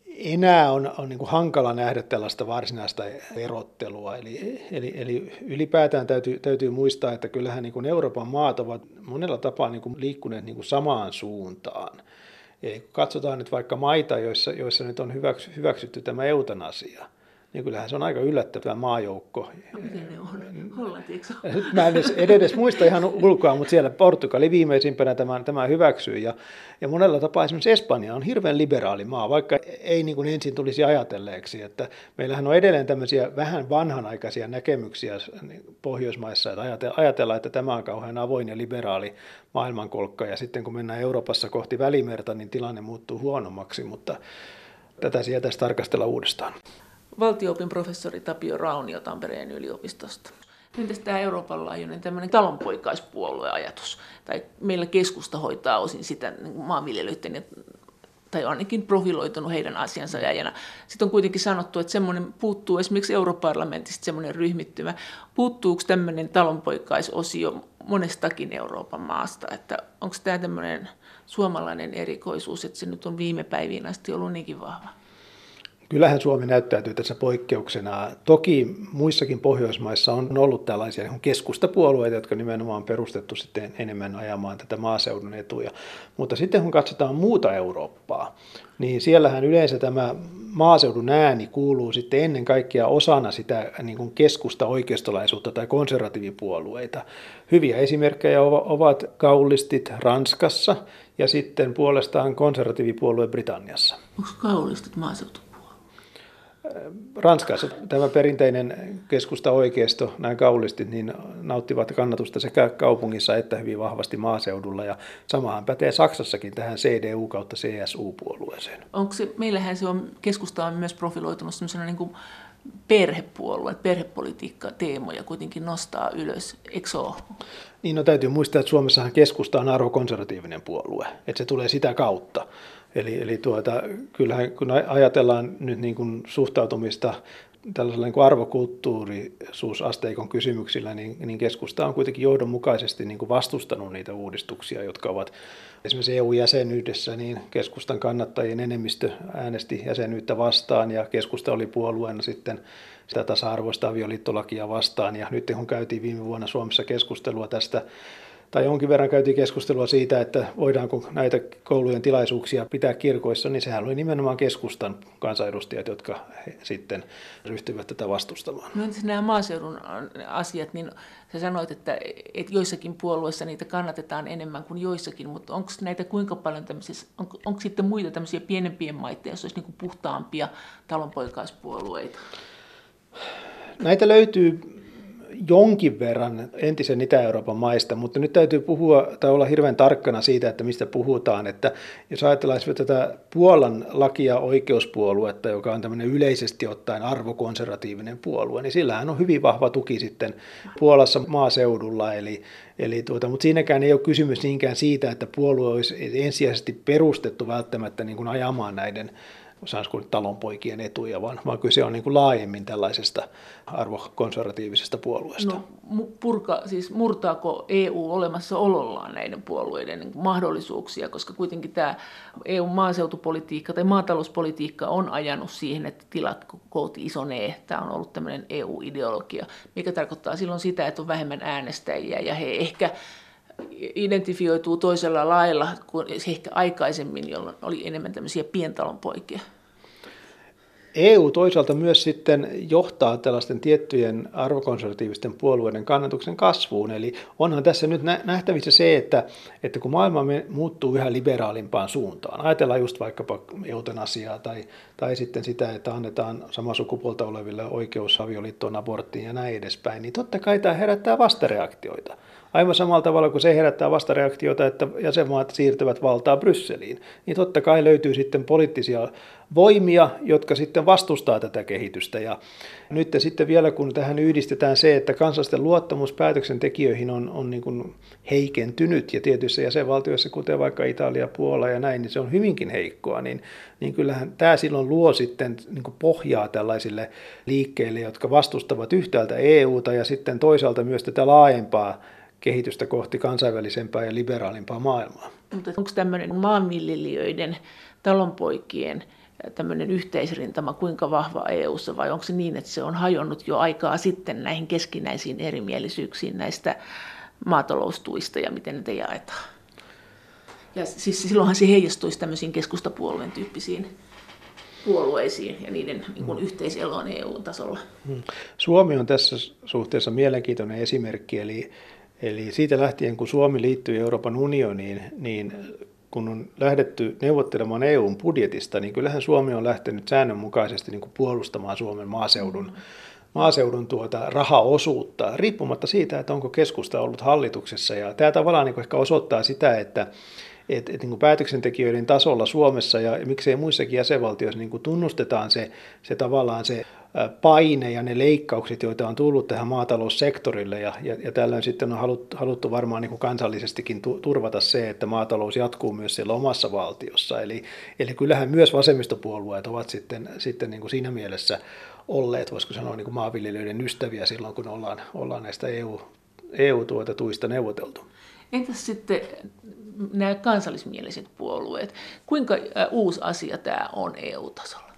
S2: Enää on, on niin kuin hankala nähdä tällaista varsinaista erottelua. Eli, eli, eli ylipäätään täytyy, täytyy muistaa, että kyllähän niin kuin Euroopan maat ovat monella tapaa niin kuin liikkuneet niin kuin samaan suuntaan. Eli kun katsotaan nyt vaikka maita, joissa, joissa nyt on hyväksy, hyväksytty tämä eutanasia, niin kyllähän se on aika yllättävä maajoukko.
S3: No miten ne on? Hollanti, eikö ole?
S2: Nyt mä en edes, en edes muista ihan ulkoa, mutta siellä Portugali viimeisimpänä tämän, tämän hyväksyy. Ja, ja monella tapaa esimerkiksi Espanja on hirveän liberaali maa, vaikka ei niin kuin ensin tulisi ajatelleeksi. Että meillähän on edelleen tämmöisiä vähän vanhanaikaisia näkemyksiä Pohjoismaissa, että ajatellaan, että tämä on kauhean avoin ja liberaali maailmankolkka. Ja sitten kun mennään Euroopassa kohti Välimerta, niin tilanne muuttuu huonommaksi, mutta tätä sieltäisi tarkastella uudestaan.
S3: Valtio-opin professori Tapio Raunio Tampereen yliopistosta. Entäs tämä Euroopan laajuinen tämmöinen talonpoikaispuolueajatus? Tai meillä keskusta hoitaa osin sitä maanviljelijöiden, tai ainakin profiloitunut heidän asiansa ajajana. Sitten on kuitenkin sanottu, että semmoinen puuttuu esimerkiksi Europarlamentista semmoinen ryhmittymä. Puuttuuko tämmöinen talonpoikaisosio monestakin Euroopan maasta? Että onko tämä tämmöinen suomalainen erikoisuus, että se nyt on viime päiviin asti ollut niinkin vahva?
S2: Kyllähän Suomi näyttäytyy tässä poikkeuksena. Toki muissakin Pohjoismaissa on ollut tällaisia keskustapuolueita, jotka nimenomaan on perustettu sitten enemmän ajamaan tätä maaseudun etuja. Mutta sitten kun katsotaan muuta Eurooppaa, niin siellähän yleensä tämä maaseudun ääni kuuluu sitten ennen kaikkea osana sitä niin kuin keskusta-oikeistolaisuutta tai konservatiivipuolueita. Hyviä esimerkkejä ovat kaulistit Ranskassa ja sitten puolestaan konservatiivipuolue Britanniassa.
S3: Onko kaulistit maaseutu?
S2: Ranskassa tämä perinteinen keskusta-oikeisto, nämä kaulistit, niin nauttivat kannatusta sekä kaupungissa että hyvin vahvasti maaseudulla. Ja samahan pätee Saksassakin tähän C D U kautta C S U-puolueeseen.
S3: Onko se, meillähän se on, keskusta on myös profiloitunut sellaisena niin kuin perhepuolue, perhepolitiikka teemoja kuitenkin nostaa ylös, eikö ole?
S2: Niin, no täytyy muistaa, että Suomessahan keskusta on arvokonservatiivinen puolue, että se tulee sitä kautta. Eli, eli tuota, kyllähän kun ajatellaan nyt niin kuin suhtautumista tällaisella niin kuin arvokulttuurisuusasteikon kysymyksillä, niin, niin keskusta on kuitenkin johdonmukaisesti niin kuin vastustanut niitä uudistuksia, jotka ovat esimerkiksi E U-jäsenyydessä, niin keskustan kannattajien enemmistö äänesti jäsenyyttä vastaan ja keskusta oli puolueena sitten sitä tasa-arvoista avioliittolakia vastaan. Ja nyt kun käytiin viime vuonna Suomessa keskustelua tästä, tai jonkin verran käytiin keskustelua siitä, että voidaanko näitä koulujen tilaisuuksia pitää kirkoissa, niin sehän oli nimenomaan keskustan kansanedustajat, jotka sitten ryhtyivät tätä vastustamaan.
S3: No entäs nämä maaseudun asiat, niin sä sanoit, että, että joissakin puolueissa niitä kannatetaan enemmän kuin joissakin, mutta onko näitä kuinka paljon tämmöisiä, onko, onko sitten muita tämmöisiä pienempien maita, jos olisi niin kuin puhtaampia talonpoikaispuolueita?
S2: Näitä löytyy jonkin verran entisen Itä-Euroopan maista, mutta nyt täytyy puhua tai olla hirveän tarkkana siitä, että mistä puhutaan. Että jos ajatellaan tätä Puolan lakia oikeuspuoluetta, joka on tämmöinen yleisesti ottaen arvokonservatiivinen puolue, niin sillähän on hyvin vahva tuki sitten Puolassa maaseudulla. Eli, eli tuota, mutta siinäkään ei ole kysymys niinkään siitä, että puolue olisi ensisijaisesti perustettu välttämättä niin kuin ajamaan näiden sanoisiko talonpoikien etuja, vaan, vaan kyse on niin kuin laajemmin tällaisesta arvokonservatiivisesta puolueesta.
S3: No, purka, siis murtaako E U olemassaolollaan näiden puolueiden mahdollisuuksia, koska kuitenkin tämä E U-maaseutupolitiikka tai maatalouspolitiikka on ajanut siihen, että tilat koot isonee. Tämä on ollut tämmöinen E U-ideologia, mikä tarkoittaa silloin sitä, että on vähemmän äänestäjiä ja he ehkä identifioituu toisella lailla kuin ehkä aikaisemmin, jolloin oli enemmän tämmöisiä pientalonpoikia.
S2: E U toisaalta myös sitten johtaa tällaisten tiettyjen arvokonservatiivisten puolueiden kannatuksen kasvuun. Eli onhan tässä nyt nähtävissä se, että, että kun maailma muuttuu yhä liberaalimpaan suuntaan, ajatellaan just vaikkapa eutanasiaa tai, tai sitten sitä, että annetaan samaa sukupuolta oleville oikeus avioliittoon, aborttiin ja näin edespäin, niin totta kai tämä herättää vastareaktioita. Aivan samalla tavalla kuin se herättää vastareaktioita, että jäsenmaat siirtyvät valtaa Brysseliin, niin totta kai löytyy sitten poliittisia voimia, jotka sitten vastustaa tätä kehitystä. Ja nyt sitten vielä kun tähän yhdistetään se, että kansalaisten luottamus päätöksentekijöihin on, on niin kuin heikentynyt ja tietyissä jäsenvaltioissa, kuten vaikka Italia, Puola ja näin, niin se on hyvinkin heikkoa, niin, niin kyllähän tämä silloin luo sitten niin kuin pohjaa tällaisille liikkeille, jotka vastustavat yhtäältä E U:ta ja sitten toisaalta myös tätä laajempaa kehitystä kohti kansainvälisempää ja liberaalimpaa maailmaa.
S3: Mutta onko tämmöinen maanviljelijöiden, talonpoikien tämmöinen yhteisrintama kuinka vahva E U:ssa vai onko se niin, että se on hajonnut jo aikaa sitten näihin keskinäisiin erimielisyyksiin näistä maataloustuista ja miten ne jaetaan? Ja siis silloinhan se heijastuisi tämmöisiin keskustapuolueen tyyppisiin puolueisiin ja niiden niin kuin yhteiseloon E U-tasolla.
S2: Suomi on tässä suhteessa mielenkiintoinen esimerkki, eli Eli siitä lähtien, kun Suomi liittyi Euroopan unioniin, niin kun on lähdetty neuvottelemaan E U:n budjetista, niin kyllähän Suomi on lähtenyt säännönmukaisesti niin kuin puolustamaan Suomen maaseudun, maaseudun tuota rahaosuutta, riippumatta siitä, että onko keskusta ollut hallituksessa. Ja tämä tavallaan niin kuin ehkä osoittaa sitä, että että et, niin päätöksentekijöiden tasolla Suomessa ja miksei muissakin jäsenvaltioissa niin tunnustetaan se, se tavallaan se paine ja ne leikkaukset, joita on tullut tähän maataloussektorille ja, ja, ja tällöin sitten on haluttu, haluttu varmaan niin kuin kansallisestikin tu, turvata se, että maatalous jatkuu myös siellä omassa valtiossa. Eli, eli kyllähän myös vasemmistopuolueet ovat sitten, sitten niin kuin siinä mielessä olleet, voisiko sanoa niin kuin maanviljelijöiden ystäviä silloin, kun ollaan, ollaan näistä E U, E U-tuista neuvoteltu.
S3: Entäs sitten nämä kansallismieliset puolueet? Kuinka uusi asia tämä on E U-tasolla?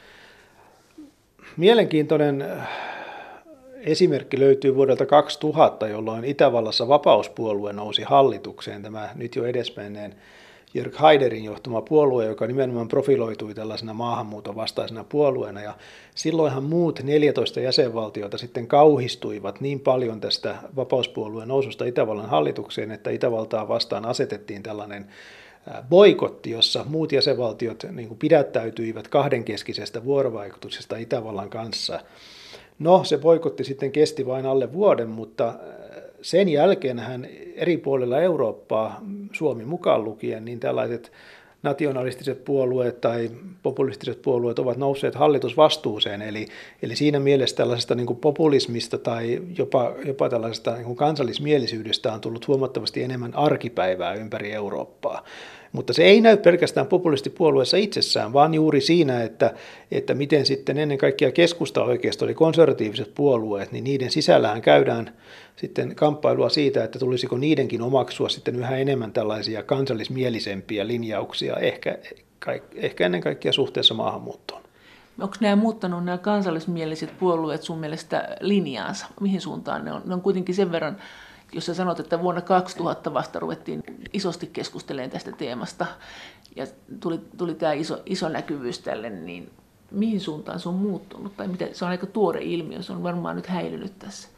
S2: Mielenkiintoinen esimerkki löytyy vuodelta kaksituhatta, jolloin Itävallassa vapauspuolue nousi hallitukseen. Tämä nyt jo edesmenneen Jörg Haiderin johtama puolue, joka nimenomaan profiloitui tällaisena maahanmuuton vastaisena puolueena. Ja silloinhan muut neljätoista jäsenvaltiota sitten kauhistuivat niin paljon tästä vapauspuolueen noususta Itävallan hallitukseen, että Itävaltaa vastaan asetettiin tällainen boikotti, jossa muut jäsenvaltiot niin kuin pidättäytyivät kahdenkeskisestä vuorovaikutuksesta Itävallan kanssa. No, se boikotti sitten kesti vain alle vuoden, mutta sen jälkeenhän eri puolilla Eurooppaa, Suomi mukaan lukien, niin tällaiset nationalistiset puolueet tai populistiset puolueet ovat nousseet hallitusvastuuseen. Eli, eli siinä mielessä tällaisesta niin kuin populismista tai jopa, jopa tällaisesta niin kuin kansallismielisyydestä on tullut huomattavasti enemmän arkipäivää ympäri Eurooppaa. Mutta se ei näy pelkästään populistipuolueessa itsessään, vaan juuri siinä, että, että miten sitten ennen kaikkea keskusta-oikeisto eli konservatiiviset puolueet, niin niiden sisällähän käydään sitten kamppailua siitä, että tulisiko niidenkin omaksua sitten yhä enemmän tällaisia kansallismielisempiä linjauksia, ehkä, ehkä ennen kaikkea suhteessa maahanmuuttoon.
S3: Onko nämä muuttanut nämä kansallismieliset puolueet sun mielestä linjaansa? Mihin suuntaan ne on? Ne on kuitenkin sen verran, jos sä sanot, että vuonna kaksituhatta vasta ruvettiin isosti keskustelemaan tästä teemasta ja tuli, tuli tämä iso, iso näkyvyys tälle, niin mihin suuntaan se on muuttunut? Tai mitä, se on aika tuore ilmiö, se on varmaan nyt häilynyt tässä.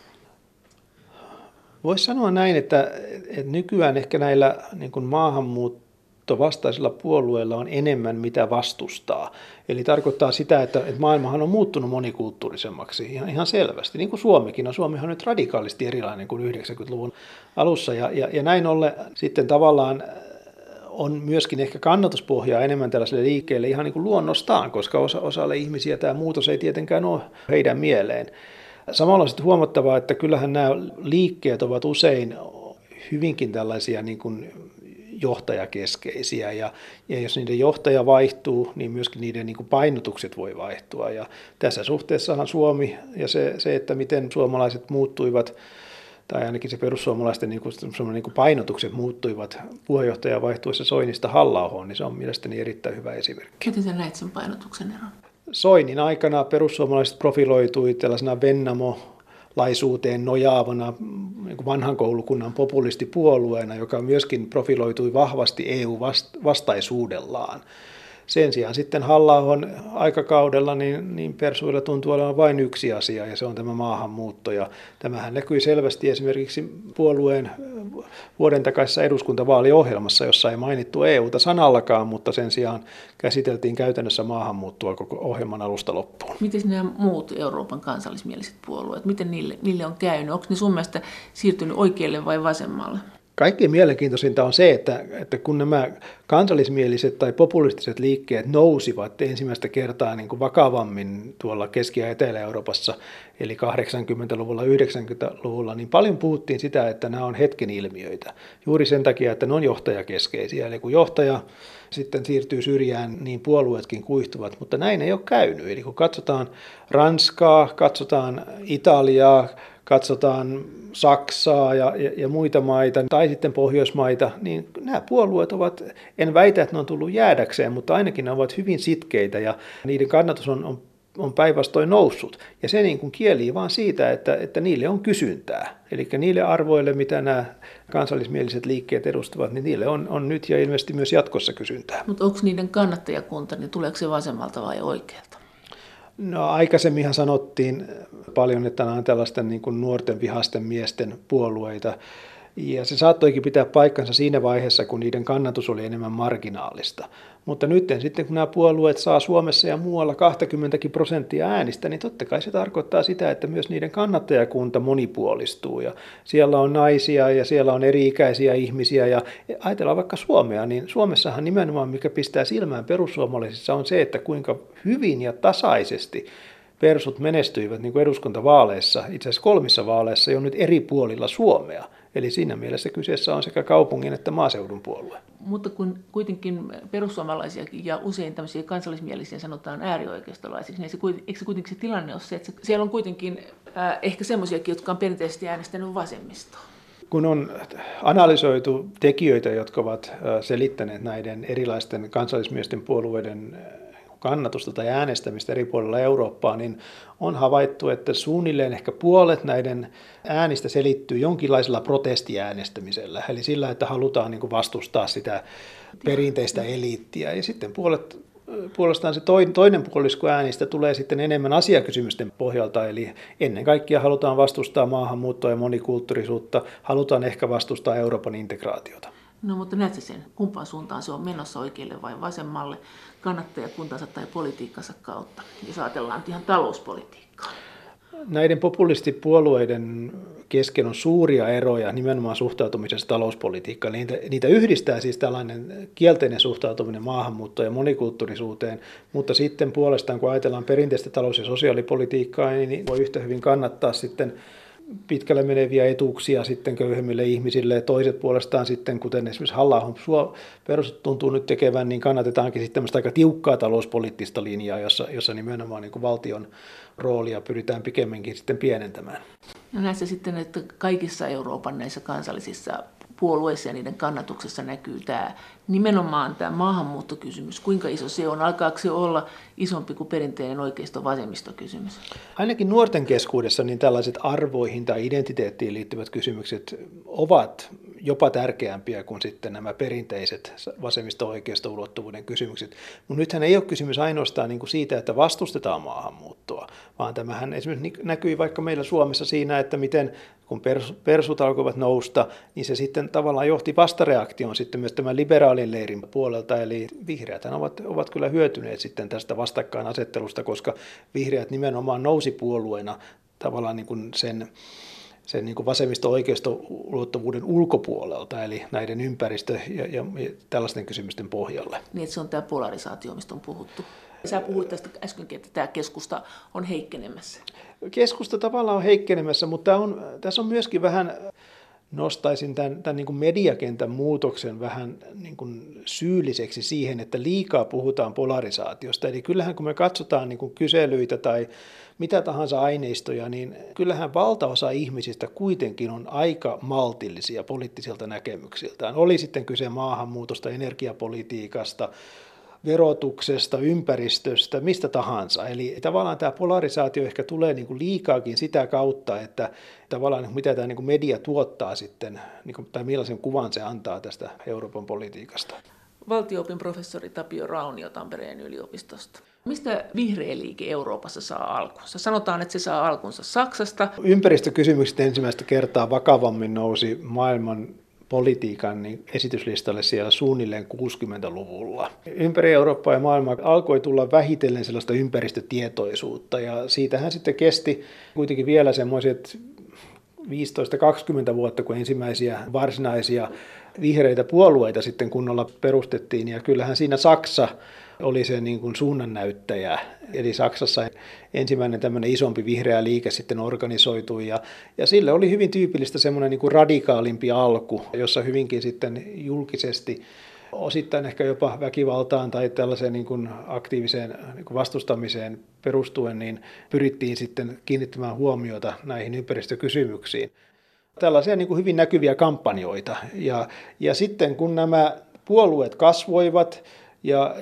S2: Voisi sanoa näin, että, että nykyään ehkä näillä niin kuin maahanmuuttovastaisilla puolueilla on enemmän mitä vastustaa. Eli tarkoittaa sitä, että, että maailmahan on muuttunut monikulttuurisemmaksi ihan, ihan selvästi, niin kuin Suomikin on. Suomihan on nyt radikaalisti erilainen kuin yhdeksänkymmentäluvun alussa ja, ja, ja näin ollen sitten tavallaan on myöskin ehkä kannatuspohjaa enemmän tällaiselle liikkeelle ihan niin kuin luonnostaan, koska osa, osalle ihmisiä tämä muutos ei tietenkään ole heidän mieleen. Samalla on sitten huomattavaa, että kyllähän nämä liikkeet ovat usein hyvinkin tällaisia niin kuin johtajakeskeisiä ja, ja jos niiden johtaja vaihtuu, niin myöskin niiden niin kuin painotukset voi vaihtua. Ja tässä suhteessahan Suomi ja se, se, että miten suomalaiset muuttuivat, tai ainakin se perussuomalaisten niin kuin, niin kuin painotukset muuttuivat puheenjohtajan vaihtuessa Soinista Halla-ahoon, niin se on mielestäni erittäin hyvä esimerkki.
S3: Miten sä näet sen painotuksen eron?
S2: Soinin aikana perussuomalaiset profiloitui tällaisena vennamolaisuuteen nojaavana niin vanhan koulukunnan populistipuolueena, joka myöskin profiloitui vahvasti E U-vastaisuudellaan. Sen sijaan sitten Halla-ahon aikakaudella niin, niin persuilla tuntuu olevan vain yksi asia, ja se on tämä maahanmuutto. Ja tämähän näkyy selvästi esimerkiksi puolueen vuoden takaisessa eduskuntavaaliohjelmassa, jossa ei mainittu E U:ta sanallakaan, mutta sen sijaan käsiteltiin käytännössä maahanmuuttoa koko ohjelman alusta loppuun.
S3: Miten nämä muut Euroopan kansallismieliset puolueet, miten niille, niille on käynyt? Onko ne sun mielestä siirtynyt oikealle vai vasemmalle?
S2: Kaikkein mielenkiintoisinta on se, että, että kun nämä kansallismieliset tai populistiset liikkeet nousivat ensimmäistä kertaa niin kuin vakavammin tuolla Keski- ja Etelä-Euroopassa, eli kahdeksankymmentäluvulla, yhdeksänkymmentäluvulla, niin paljon puhuttiin sitä, että nämä on hetken ilmiöitä. Juuri sen takia, että ne on johtajakeskeisiä. Eli kun johtaja sitten siirtyy syrjään, niin puolueetkin kuihtuvat, mutta näin ei ole käynyt. Eli kun katsotaan Ranskaa, katsotaan Italiaa, katsotaan Saksaa ja, ja, ja muita maita tai sitten Pohjoismaita, niin nämä puolueet ovat, en väitä, että ne on tullut jäädäkseen, mutta ainakin ne ovat hyvin sitkeitä ja niiden kannatus on, on, on päinvastoin noussut. Ja se niin kuin kielii vaan siitä, että, että niille on kysyntää. Eli niille arvoille, mitä nämä kansallismieliset liikkeet edustavat, niin niille on, on nyt ja ilmeisesti myös jatkossa kysyntää.
S3: Mutta onko niiden kannattajakunta, niin tuleeko se vasemmalta vai oikealta?
S2: No aikaisemminhan sanottiin paljon, että nämä on tällaisten niin kuin nuorten vihaisten miesten puolueita. Ja se saattoikin pitää paikkansa siinä vaiheessa, kun niiden kannatus oli enemmän marginaalista. Mutta nyt sitten, kun nämä puolueet saa Suomessa ja muualla kaksikymmentä prosenttia äänistä, niin totta kai se tarkoittaa sitä, että myös niiden kannattajakunta monipuolistuu. Ja siellä on naisia ja siellä on eri-ikäisiä ihmisiä. Ja ajatellaan vaikka Suomea, niin Suomessahan nimenomaan mikä pistää silmään perussuomalaisissa on se, että kuinka hyvin ja tasaisesti persut menestyivät niin kuin eduskuntavaaleissa, itse asiassa kolmissa vaaleissa jo nyt eri puolilla Suomea. Eli siinä mielessä kyseessä on sekä kaupungin että maaseudun puolue.
S3: Mutta kun kuitenkin perussuomalaisiakin ja usein tämmöisiä kansallismielisiä sanotaan äärioikeistolaisiksi, niin se, eikö se kuitenkin se tilanne ole se, että siellä on kuitenkin äh, ehkä semmoisiakin, jotka on perinteisesti äänestänyt vasemmistoa?
S2: Kun on analysoitu tekijöitä, jotka ovat selittäneet näiden erilaisten kansallismiesten puolueiden kannatusta tai äänestämistä eri puolilla Eurooppaa, niin on havaittu, että suunnilleen ehkä puolet näiden äänistä selittyy jonkinlaisella protestiäänestämisellä, eli sillä, että halutaan niin kuin vastustaa sitä perinteistä eliittiä. Ja sitten puolet, puolestaan se toinen puolisko äänistä tulee sitten enemmän asiakysymysten pohjalta, eli ennen kaikkea halutaan vastustaa maahanmuuttoa ja monikulttuurisuutta, halutaan ehkä vastustaa Euroopan integraatiota.
S3: No mutta näetkö sen, kumpaan suuntaan se on menossa oikealle vai vasemmalle kannattajakuntansa tai politiikkansa kautta, jos ajatellaan ihan talouspolitiikkaa?
S2: Näiden populistipuolueiden kesken on suuria eroja nimenomaan suhtautumisessa talouspolitiikkaan. Niitä, niitä yhdistää siis tällainen kielteinen suhtautuminen maahanmuuttoon ja monikulttuurisuuteen, mutta sitten puolestaan kun ajatellaan perinteistä talous- ja sosiaalipolitiikkaa, niin voi yhtä hyvin kannattaa sitten pitkälle meneviä etuuksia sitten köyhemmille ihmisille. Toiset puolestaan sitten, kuten esimerkiksi Halla-ahon perustus tuntuu nyt tekevän, niin kannatetaankin sitten tämmöistä aika tiukkaa talouspoliittista linjaa, jossa, jossa nimenomaan niin kuin valtion roolia pyritään pikemminkin sitten pienentämään.
S3: No näissä sitten, että kaikissa Euroopan näissä kansallisissa puolueissa ja niiden kannatuksessa näkyy tämä nimenomaan tämä maahanmuuttokysymys. Kuinka iso se on? Alkaako se olla isompi kuin perinteinen oikeisto-vasemmistokysymys?
S2: Ainakin nuorten keskuudessa niin tällaiset arvoihin tai identiteettiin liittyvät kysymykset ovat jopa tärkeämpiä kuin sitten nämä perinteiset vasemmisto-oikeisto-ulottuvuuden kysymykset. Mutta nythän ei ole kysymys ainoastaan niin kuin siitä, että vastustetaan maahanmuuttoa, vaan tämähän esimerkiksi näkyy vaikka meillä Suomessa siinä, että miten kun persut alkoivat nousta, niin se sitten tavallaan johti vastareaktioon sitten myös tämän liberaalin leirin puolelta, eli vihreät ovat, ovat kyllä hyötyneet sitten tästä vastakkainasettelusta, koska vihreät nimenomaan nousi puolueena tavallaan niin kuin sen, sen niin kuin vasemmisto-oikeisto-ulottuvuuden ulkopuolelta, eli näiden ympäristö- ja, ja tällaisten kysymysten pohjalle.
S3: Niin, että se on tämä polarisaatio, mistä on puhuttu. Sä puhuit tästä äskenkin, että tämä keskusta on heikkenemässä.
S2: Keskusta tavallaan on heikkenemässä, mutta on, tässä on myöskin vähän, nostaisin tämän, tämän niin kuin mediakentän muutoksen vähän niin kuin syylliseksi siihen, että liikaa puhutaan polarisaatiosta. Eli kyllähän kun me katsotaan niin kuin kyselyitä tai mitä tahansa aineistoja, niin kyllähän valtaosa ihmisistä kuitenkin on aika maltillisia poliittisilta näkemyksiltään. Oli sitten kyse maahanmuutosta, energiapolitiikasta, verotuksesta, ympäristöstä, mistä tahansa. Eli tavallaan tämä polarisaatio ehkä tulee niin kuin liikaakin sitä kautta, että tavallaan mitä tämä niin kuin media tuottaa sitten, niin kuin, tai millaisen kuvan se antaa tästä Euroopan politiikasta.
S3: Valtio-opin professori Tapio Raunio Tampereen yliopistosta. Mistä vihreä liike Euroopassa saa alkunsa? Sanotaan, että se saa alkunsa Saksasta.
S2: Ympäristökysymykset ensimmäistä kertaa vakavammin nousi maailman politiikan niin esityslistalle siellä suunnilleen kuusikymmentäluvulla. Ympäri Eurooppaa ja maailmaa alkoi tulla vähitellen sellaista ympäristötietoisuutta ja siitähän sitten kesti kuitenkin vielä semmoiset viisitoista kaksikymmentä vuotta, kun ensimmäisiä varsinaisia vihreitä puolueita sitten kunnolla perustettiin ja kyllähän siinä Saksa oli se niin kuin suunnannäyttäjä. Eli Saksassa ensimmäinen tämmöinen isompi vihreä liike sitten organisoitui ja, ja sille oli hyvin tyypillistä semmoinen niin kuin radikaalimpi alku, jossa hyvinkin sitten julkisesti osittain ehkä jopa väkivaltaan tai tällaiseen niin kuin aktiiviseen niin kuin vastustamiseen perustuen, niin pyrittiin sitten kiinnittämään huomiota näihin ympäristökysymyksiin. Tällaisia niin kuin hyvin näkyviä kampanjoita. Ja, ja sitten kun nämä puolueet kasvoivat ja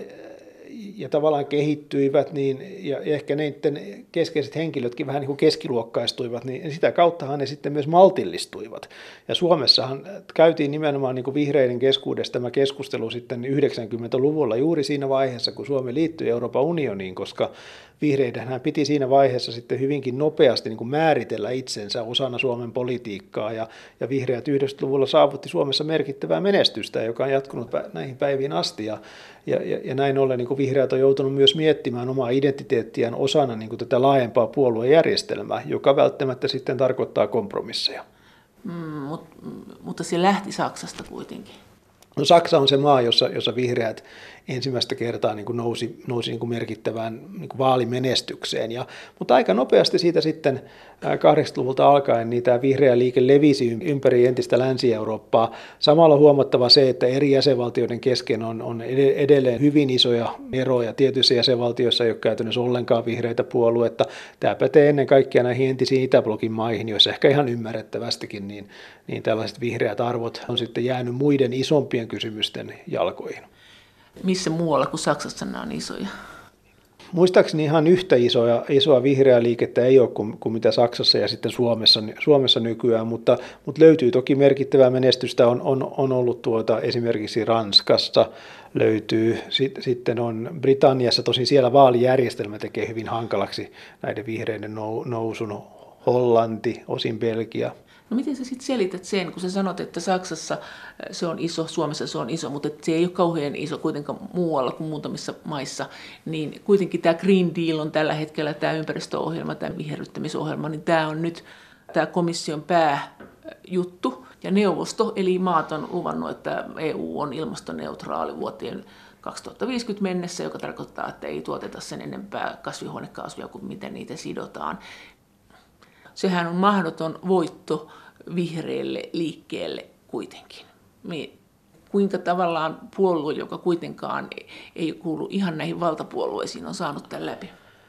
S2: ja tavallaan kehittyivät, niin, ja ehkä niiden keskeiset henkilötkin vähän niin kuin keskiluokkaistuivat, niin sitä kauttahan ne sitten myös maltillistuivat. Ja Suomessahan käytiin nimenomaan niin kuin vihreiden keskuudessa tämä keskustelu sitten yhdeksänkymmentäluvulla juuri siinä vaiheessa, kun Suomi liittyi Euroopan unioniin, koska vihreidenhän piti siinä vaiheessa sitten hyvinkin nopeasti niin kuin määritellä itsensä osana Suomen politiikkaa, ja, ja vihreät yhdeksänkymmentäluvulla saavutti Suomessa merkittävää menestystä, joka on jatkunut näihin päiviin asti, ja, ja, ja näin ollen niin kuin vihreät on joutunut myös miettimään omaa identiteettiään osana niin kuin tätä laajempaa puoluejärjestelmää, joka välttämättä sitten tarkoittaa kompromisseja.
S3: Mm, mut, mutta se lähti Saksasta kuitenkin.
S2: No, Saksa on se maa, jossa, jossa vihreät ensimmäistä kertaa niin kuin nousi, nousi niin kuin merkittävään niin kuin vaalimenestykseen. Ja, mutta aika nopeasti siitä sitten kahdeksankymmentäluvulta alkaen niin tämä vihreä liike levisi ympäri entistä Länsi-Eurooppaa. Samalla huomattava se, että eri jäsenvaltioiden kesken on, on edelleen hyvin isoja eroja. Tietyissä jäsenvaltioissa ei ole käytännössä ollenkaan vihreitä puoluetta. Tämä pätee ennen kaikkea näihin entisiin Itäblokin maihin, joissa ehkä ihan ymmärrettävästikin niin, niin tällaiset vihreät arvot on sitten jäänyt muiden isompien kysymysten jalkoihin.
S3: Missä muualla kuin Saksassa nämä on isoja?
S2: Muistaakseni ihan yhtä isoa, isoa vihreää liikettä ei ole kuin, kuin mitä Saksassa ja sitten Suomessa, Suomessa nykyään, mutta, mutta löytyy toki merkittävää menestystä, on, on, on ollut tuota, esimerkiksi Ranskassa löytyy, sitten on Britanniassa, tosin siellä vaalijärjestelmä tekee hyvin hankalaksi näiden vihreiden nousun, Hollanti, osin Belgia.
S3: No miten sä sitten selität sen, kun sä sanot, että Saksassa se on iso, Suomessa se on iso, mutta se ei ole kauhean iso kuitenkaan muualla kuin muutamissa maissa, niin kuitenkin tämä Green Deal on tällä hetkellä tämä ympäristöohjelma, tämä viherryttämisohjelma, niin tämä on nyt tämä komission pääjuttu ja neuvosto, eli maat on luvannut, että E U on ilmastoneutraali vuoteen kaksituhattaviisikymmentä mennessä, joka tarkoittaa, että ei tuoteta sen enempää kasvihuonekaasuja kuin miten niitä sidotaan. Sehän on mahdoton voitto vihreälle liikkeelle kuitenkin. Me, kuinka tavallaan puolue, joka kuitenkaan ei kuulu ihan näihin valtapuolueisiin, on saanut tämän läpi?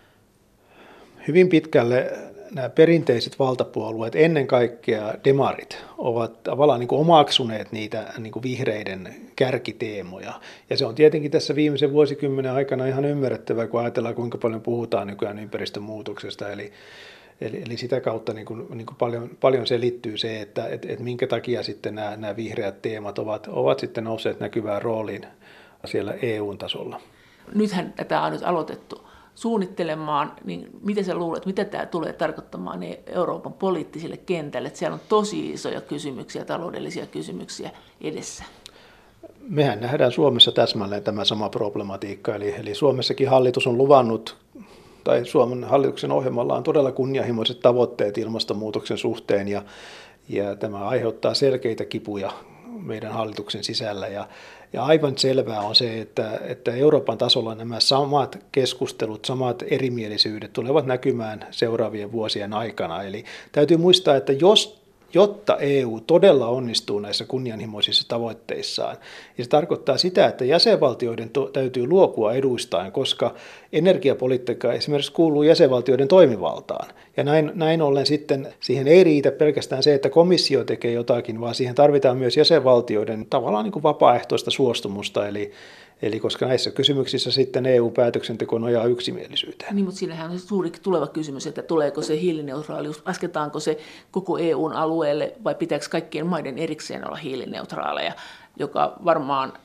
S2: Hyvin pitkälle nämä perinteiset valtapuolueet, ennen kaikkea demarit, ovat tavallaan niin kuin omaksuneet niitä niin kuin vihreiden kärkiteemoja. Ja se on tietenkin tässä viimeisen vuosikymmenen aikana ihan ymmärrettävää, kun ajatellaan, kuinka paljon puhutaan nykyään ympäristönmuutoksesta. Eli Eli, eli sitä kautta niin kuin, niin kuin paljon, paljon selittyy se, että et, et minkä takia sitten nämä, nämä vihreät teemat ovat, ovat sitten nousseet näkyvään rooliin siellä E U-tasolla.
S3: Nythän tätä on nyt aloitettu suunnittelemaan, niin miten sä luulet, mitä tämä tulee tarkoittamaan Euroopan poliittiselle kentälle? Että siellä on tosi isoja kysymyksiä, taloudellisia kysymyksiä edessä.
S2: Mehän nähdään Suomessa täsmälleen tämä sama problematiikka, eli, eli Suomessakin hallitus on luvannut, tai Suomen hallituksen ohjelmalla on todella kunnianhimoiset tavoitteet ilmastonmuutoksen suhteen, ja, ja tämä aiheuttaa selkeitä kipuja meidän hallituksen sisällä. Ja, ja aivan selvää on se, että, että Euroopan tasolla nämä samat keskustelut, samat erimielisyydet tulevat näkymään seuraavien vuosien aikana. Eli täytyy muistaa, että jos jotta E U todella onnistuu näissä kunnianhimoisissa tavoitteissaan. Ja se tarkoittaa sitä, että jäsenvaltioiden to- täytyy luopua eduistaan, koska energiapolitiikka esimerkiksi kuuluu jäsenvaltioiden toimivaltaan. Ja näin, näin ollen sitten siihen ei riitä pelkästään se, että komissio tekee jotakin, vaan siihen tarvitaan myös jäsenvaltioiden tavallaan niin kuin vapaaehtoista suostumusta. Eli Eli koska näissä kysymyksissä sitten E U-päätöksenteko nojaa yksimielisyyteen.
S3: Niin, mutta siinähän on se suuri tuleva kysymys, että tuleeko se hiilineutraalius, lasketaanko se koko E U:n alueelle vai pitääkö kaikkien maiden erikseen olla hiilineutraaleja, joka varmaan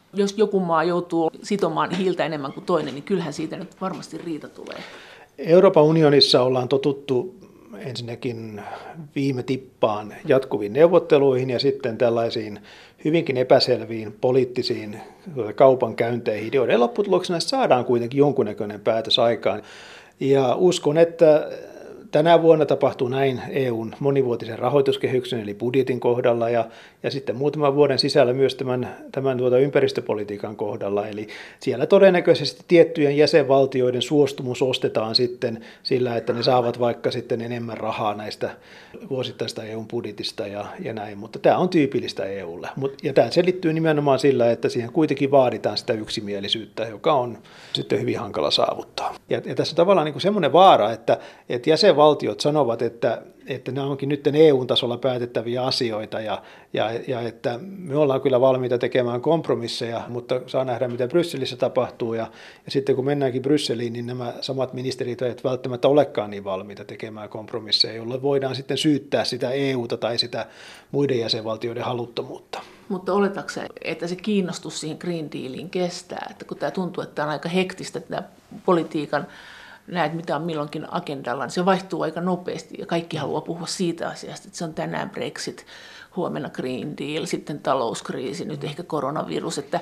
S3: Jos joku maa joutuu sitomaan hiiltä enemmän kuin toinen, niin kyllähän siitä nyt varmasti riita tulee.
S2: Euroopan unionissa ollaan totuttu ensinnäkin viime tippaan jatkuviin neuvotteluihin ja sitten tällaisiin hyvinkin epäselviin poliittisiin kaupankäynteihin, joiden lopputuloksena saadaan kuitenkin jonkunnäköinen päätös aikaan. Ja uskon, että tänä vuonna tapahtuu näin E U:n monivuotisen rahoituskehyksen eli budjetin kohdalla ja, ja sitten muutaman vuoden sisällä myös tämän, tämän tuota ympäristöpolitiikan kohdalla. Eli siellä todennäköisesti tiettyjen jäsenvaltioiden suostumus ostetaan sitten sillä, että ne saavat vaikka sitten enemmän rahaa näistä vuosittaista E U:n budjetista ja, ja näin. Mutta tämä on tyypillistä E U:lle. Ja tämä selittyy nimenomaan sillä, että siihen kuitenkin vaaditaan sitä yksimielisyyttä, joka on sitten hyvin hankala saavuttaa. Ja, ja tässä on tavallaan niin kuin semmoinen vaara, että, että jäsen valtiot sanovat, että, että nämä onkin nyt E U-tasolla päätettäviä asioita ja, ja, ja että me ollaan kyllä valmiita tekemään kompromisseja, mutta saa nähdä, mitä Brysselissä tapahtuu. Ja, ja sitten kun mennäänkin Brysseliin, niin nämä samat ministerit eivät välttämättä olekaan niin valmiita tekemään kompromisseja, jolloin voidaan sitten syyttää sitä E U:ta tai sitä muiden jäsenvaltioiden haluttomuutta.
S3: Mutta oletatko se, että se kiinnostus siihen Green Dealiin kestää? Että kun tämä tuntuu, että tämä on aika hektistä, tämä politiikan näet, mitä on milloinkin agendalla, niin se vaihtuu aika nopeasti ja kaikki haluaa puhua siitä asiasta, että se on tänään Brexit, huomenna Green Deal, sitten talouskriisi, nyt ehkä koronavirus, että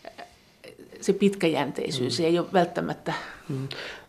S3: se pitkäjänteisyys mm. ei ole välttämättä. Mm.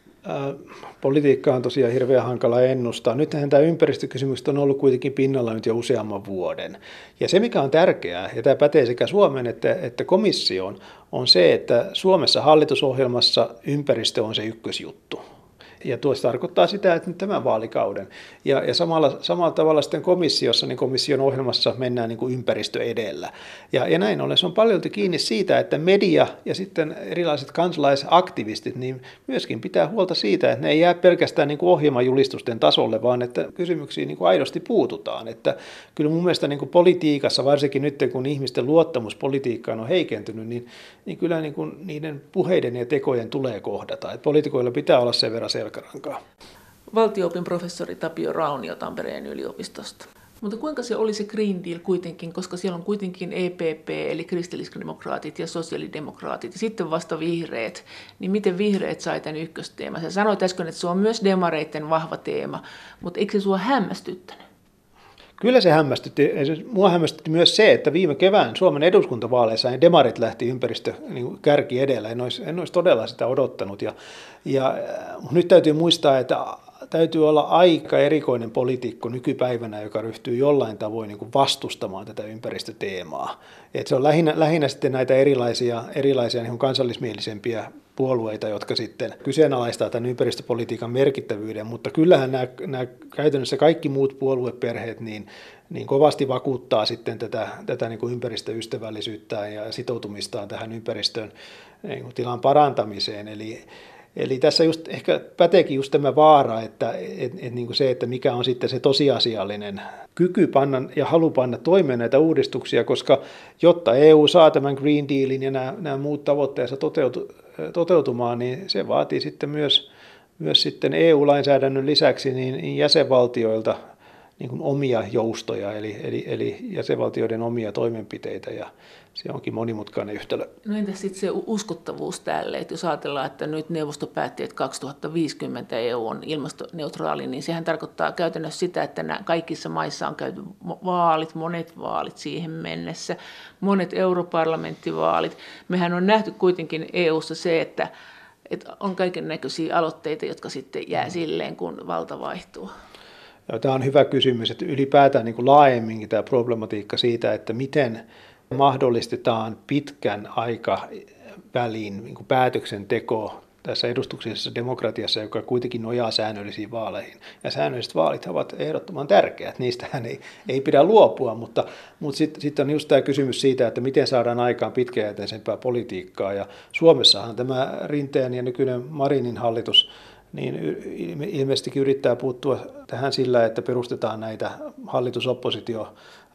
S2: Politiikka on tosiaan hirveän hankala ennustaa. Nythän tämä ympäristökysymys on ollut kuitenkin pinnalla nyt jo useamman vuoden. Ja se, mikä on tärkeää, ja tämä pätee sekä Suomen että, että komissioon, on se, että Suomessa hallitusohjelmassa ympäristö on se ykkösjuttu. Ja tuossa tarkoittaa sitä, että nyt tämän vaalikauden. Ja, ja samalla, samalla tavalla sitten komissiossa, niin komission ohjelmassa mennään niin kuin ympäristö edellä. Ja, ja näin ollen se on paljolti kiinni siitä, että media ja sitten erilaiset kansalaisaktivistit niin myöskin pitää huolta siitä, että ne ei jää pelkästään niin kuin ohjelmajulistusten tasolle, vaan että kysymyksiin niin kuin aidosti puututaan. Että kyllä mun mielestä niin kuin politiikassa, varsinkin nyt kun ihmisten luottamus politiikkaan on heikentynyt, niin, niin kyllä niin kuin niiden puheiden ja tekojen tulee kohdata. Että poliitikoilla pitää olla sen verran selkeä.
S3: Valtio-opin professori Tapio Raunio Tampereen yliopistosta. Mutta kuinka se oli se Green Deal kuitenkin, koska siellä on kuitenkin E P P eli kristillisdemokraatit ja sosiaalidemokraatit ja sitten vasta vihreät, niin miten vihreät sai tämän ykkösteeman? Sä sanoit äsken, että se on myös demareiden vahva teema, mutta eikö se sua hämmästyttänyt?
S2: Kyllä se hämmästytti. Mua hämmästytti myös se, että viime kevään Suomen eduskuntavaaleissa niin demarit lähti ympäristö niin kärki edellä. En olisi, en olisi todella sitä odottanut. Ja, ja nyt täytyy muistaa, että täytyy olla aika erikoinen poliitikko nykypäivänä, joka ryhtyy jollain tavoin niin kuin vastustamaan tätä ympäristöteemaa. Et se on lähinnä, lähinnä sitten näitä erilaisia, erilaisia niin kuin kansallismielisempiä puolueita, jotka sitten kyseenalaistaa tämän ympäristöpolitiikan merkittävyyden, mutta kyllähän nämä, nämä käytännössä kaikki muut puolueperheet niin, niin kovasti vakuuttaa sitten tätä, tätä niin kuin ympäristöystävällisyyttään ja sitoutumistaan tähän ympäristön niin kuin tilan parantamiseen. Eli Eli tässä just ehkä päteekin just tämä vaara, että et, et niin kuin se, että mikä on sitten se tosiasiallinen kyky panna ja halu panna toimeen näitä uudistuksia, koska jotta E U saa tämän Green Dealin ja nämä, nämä muut tavoitteensa toteutu, toteutumaan, niin se vaatii sitten myös, myös sitten E U-lainsäädännön lisäksi niin jäsenvaltioilta niin kuin omia joustoja, eli, eli, eli jäsenvaltioiden omia toimenpiteitä, ja se onkin monimutkainen yhtälö. No
S3: entäs sitten se uskottavuus tälle, että jos ajatellaan, että nyt neuvosto päätti, että kaksituhattaviisikymmentä E U on ilmastoneutraali, niin sehän tarkoittaa käytännössä sitä, että nämä kaikissa maissa on käyty vaalit, monet vaalit siihen mennessä, monet europarlamenttivaalit. Mehän on nähty kuitenkin E U:ssa se, että, että on kaiken näköisiä aloitteita, jotka sitten jää silleen, kun valta vaihtuu.
S2: Tämä on hyvä kysymys, että ylipäätään niin kuin laajemminkin tämä problematiikka siitä, että miten mahdollistetaan pitkän aikavälin niin kuin päätöksenteko tässä edustuksellisessa demokratiassa, joka kuitenkin nojaa säännöllisiin vaaleihin. Ja säännölliset vaalit ovat ehdottoman tärkeät, niistähän ei, ei pidä luopua, mutta, mutta sitten sit on just tämä kysymys siitä, että miten saadaan aikaan pitkäjänteisempää politiikkaa. Ja Suomessahan tämä Rinteen ja nykyinen Marinin hallitus niin ilmeisestikin yrittää puuttua tähän sillä, että perustetaan näitä hallitusoppositio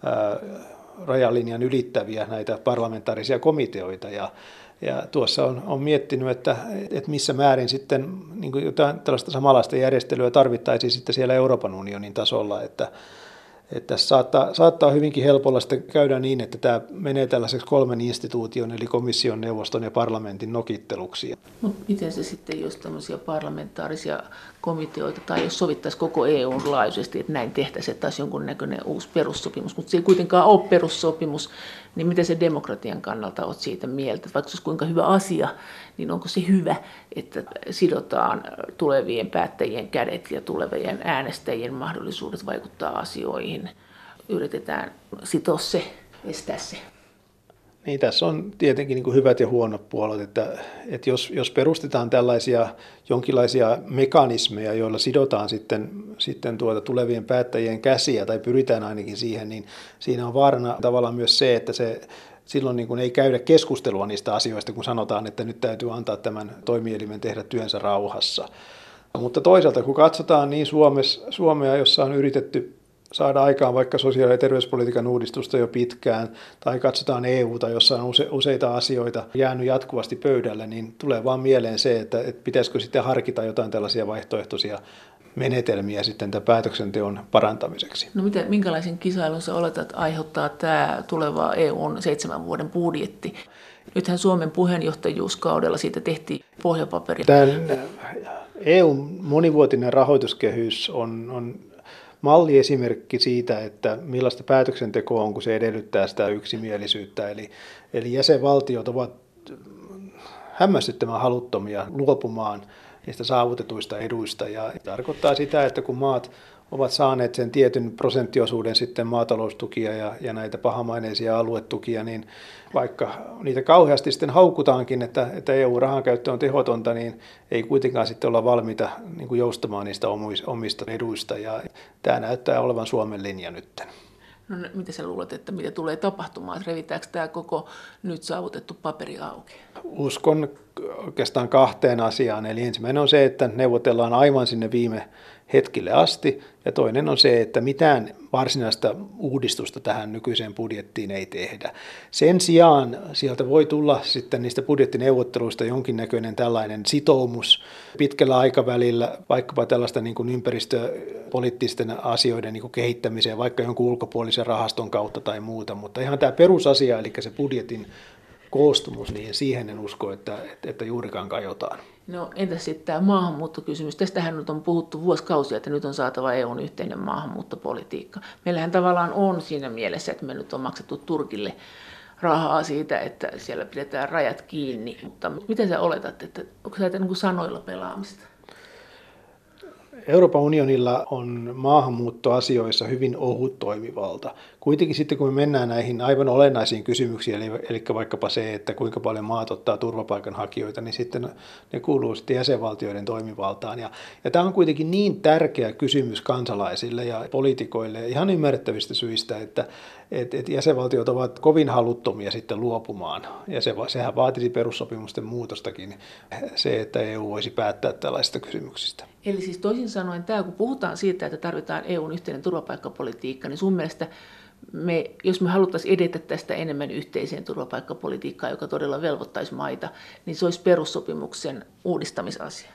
S2: rajalinjan ylittäviä näitä parlamentaarisia komiteoita. Ja, ja tuossa on, on miettinyt, että, että missä määrin sitten niin kuin jotain tällaista samanlaista järjestelyä tarvittaisiin sitten siellä Euroopan unionin tasolla, että että tässä saattaa, saattaa hyvinkin helpolla sitten käydä niin, että tämä menee tällaiseksi kolmen instituution, eli komission, neuvoston ja parlamentin nokitteluksi.
S3: Mutta miten se sitten, jos tämmöisiä parlamentaarisia komiteoita tai jos sovittaisiin koko E U:n laajuisesti, että näin tehtäisiin, että taas jonkunnäköinen uusi perussopimus, mutta se ei kuitenkaan ole perussopimus, niin miten se demokratian kannalta olet siitä mieltä, että vaikka se olisi kuinka hyvä asia, niin onko se hyvä, että sidotaan tulevien päättäjien kädet ja tulevien äänestäjien mahdollisuudet vaikuttaa asioihin, yritetään sitoa se, estää se.
S2: Niin, tässä on tietenkin niin kuin hyvät ja huonot puolet, että, että jos, jos perustetaan tällaisia jonkinlaisia mekanismeja, joilla sidotaan sitten, sitten tuota tulevien päättäjien käsiä, tai pyritään ainakin siihen, niin siinä on vaarana tavallaan myös se, että se silloin niin kuin ei käydä keskustelua niistä asioista, kun sanotaan, että nyt täytyy antaa tämän toimielimen tehdä työnsä rauhassa. Mutta toisaalta, kun katsotaan niin Suomessa, Suomea, jossa on yritetty saada aikaan vaikka sosiaali- ja terveyspolitiikan uudistusta jo pitkään, tai katsotaan E U:ta, jossa on use, useita asioita jäänyt jatkuvasti pöydälle, niin tulee vaan mieleen se, että, että pitäisikö sitten harkita jotain tällaisia vaihtoehtoisia menetelmiä sitten tämän päätöksenteon parantamiseksi.
S3: No mitä, minkälaisen kisailun sä oletat aiheuttaa tämä tuleva E U:n seitsemän vuoden budjetti? Nythän Suomen puheenjohtajuuskaudella siitä tehtiin pohjapaperi.
S2: Tämän E U:n monivuotinen rahoituskehys on, on malliesimerkki siitä, että millaista päätöksentekoa on, kun se edellyttää sitä yksimielisyyttä. Eli, eli jäsenvaltiot ovat hämmästyttävän haluttomia luopumaan niistä saavutetuista eduista. Ja tarkoittaa sitä, että kun maat ovat saaneet sen tietyn prosenttiosuuden sitten maataloustukia ja, ja näitä pahamaineisia aluetukia, niin vaikka niitä kauheasti sitten haukutaankin, että, että E U-rahan käyttö on tehotonta, niin ei kuitenkaan sitten olla valmiita niin kuin joustamaan niistä omista eduista. Ja tämä näyttää olevan Suomen linja nyt.
S3: No mitä sä luulet, että mitä tulee tapahtumaan? Että revitäänkö tämä koko nyt saavutettu paperi auki?
S2: Uskon oikeastaan kahteen asiaan. Eli ensimmäinen on se, että neuvotellaan aivan sinne viime hetkille asti. Ja toinen on se, että mitään varsinaista uudistusta tähän nykyiseen budjettiin ei tehdä. Sen sijaan sieltä voi tulla sitten niistä budjettineuvotteluista jonkinnäköinen tällainen sitoumus pitkällä aikavälillä, vaikkapa tällaista niin kuin ympäristöpoliittisten asioiden niin kuin kehittämiseen, vaikka jonkun ulkopuolisen rahaston kautta tai muuta. Mutta ihan tämä perusasia, eli se budjetin koostumus, niin siihen en usko, että, että juurikaan kajotaan.
S3: No entäs sitten tämä maahanmuuttokysymys? Tästähän nyt on puhuttu vuosikausia, että nyt on saatava E U:n yhteinen maahanmuuttopolitiikka. Meillähän tavallaan on siinä mielessä, että me nyt on maksettu Turkille rahaa siitä, että siellä pidetään rajat kiinni. Mutta miten sä oletat, että onko sä niin kuin sanoilla pelaamista?
S2: Euroopan unionilla on maahanmuuttoasioissa hyvin ohut toimivalta. Kuitenkin sitten kun me mennään näihin aivan olennaisiin kysymyksiin, eli, eli vaikkapa se, että kuinka paljon maat ottaa turvapaikanhakijoita, niin sitten ne kuuluu sitten jäsenvaltioiden toimivaltaan. Ja, ja tämä on kuitenkin niin tärkeä kysymys kansalaisille ja poliitikoille ihan ymmärrettävistä syistä, että et, et jäsenvaltiot ovat kovin haluttomia sitten luopumaan. Ja se, sehän vaatisi perussopimusten muutostakin, se, että E U voisi päättää tällaisista kysymyksistä.
S3: Eli siis toisin sanoen, tämä, kun puhutaan siitä, että tarvitaan E U:n yhteinen turvapaikkapolitiikka, niin sun mielestä me, jos me haluttaisiin edetä tästä enemmän yhteiseen turvapaikkapolitiikkaan, joka todella velvoittaisi maita, niin se olisi perussopimuksen uudistamisasia.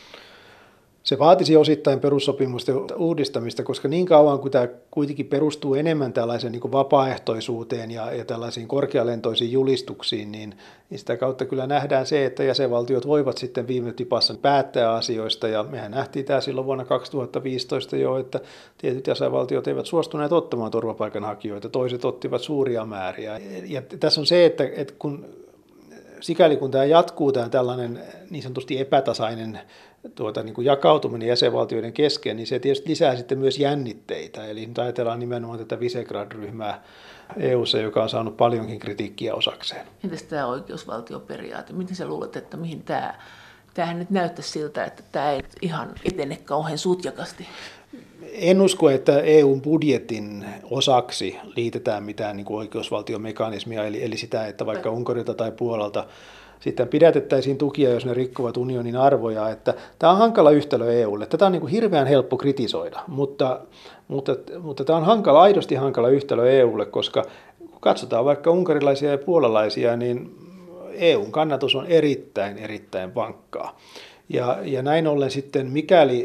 S2: Se vaatisi osittain perussopimusten uudistamista, koska niin kauan kuin tämä kuitenkin perustuu enemmän tällaiseen niin kuin vapaaehtoisuuteen ja, ja tällaisiin korkealentoisiin julistuksiin, niin, niin sitä kautta kyllä nähdään se, että jäsenvaltiot voivat sitten viime tipassa päättää asioista. Ja mehän nähtiin tämä silloin vuonna kaksituhattaviisitoista jo, että tietyt jäsenvaltiot eivät suostuneet ottamaan turvapaikanhakijoita, toiset ottivat suuria määriä. Ja tässä on se, että, että kun sikäli kun tämä jatkuu, tämä tällainen niin sanotusti epätasainen tuota, niin kuin jakautuminen jäsenvaltioiden kesken, niin se tietysti lisää sitten myös jännitteitä. Eli nyt ajatellaan nimenomaan tätä Visegrad-ryhmää E U:ssa, joka on saanut paljonkin kritiikkiä osakseen.
S3: Entäs tämä oikeusvaltioperiaate? Miten sä luulet, että mihin tämä, tämähän nyt näyttäisi siltä, että tämä ei ihan etene kauhean sutjakasti?
S2: En usko, että E U:n budjetin osaksi liitetään mitään niin kuin oikeusvaltiomekanismia, eli, eli sitä, että vaikka Unkarilta tai Puolalta sitten pidätettäisiin tukia, jos ne rikkovat unionin arvoja. Että tämä on hankala yhtälö E U:lle. Tätä on niin kuin hirveän helppo kritisoida, mutta, mutta, mutta tämä on hankala, aidosti hankala yhtälö E U:lle, koska kun katsotaan vaikka unkarilaisia ja puolalaisia, niin E U:n kannatus on erittäin, erittäin vankkaa. Ja, ja näin ollen sitten, mikäli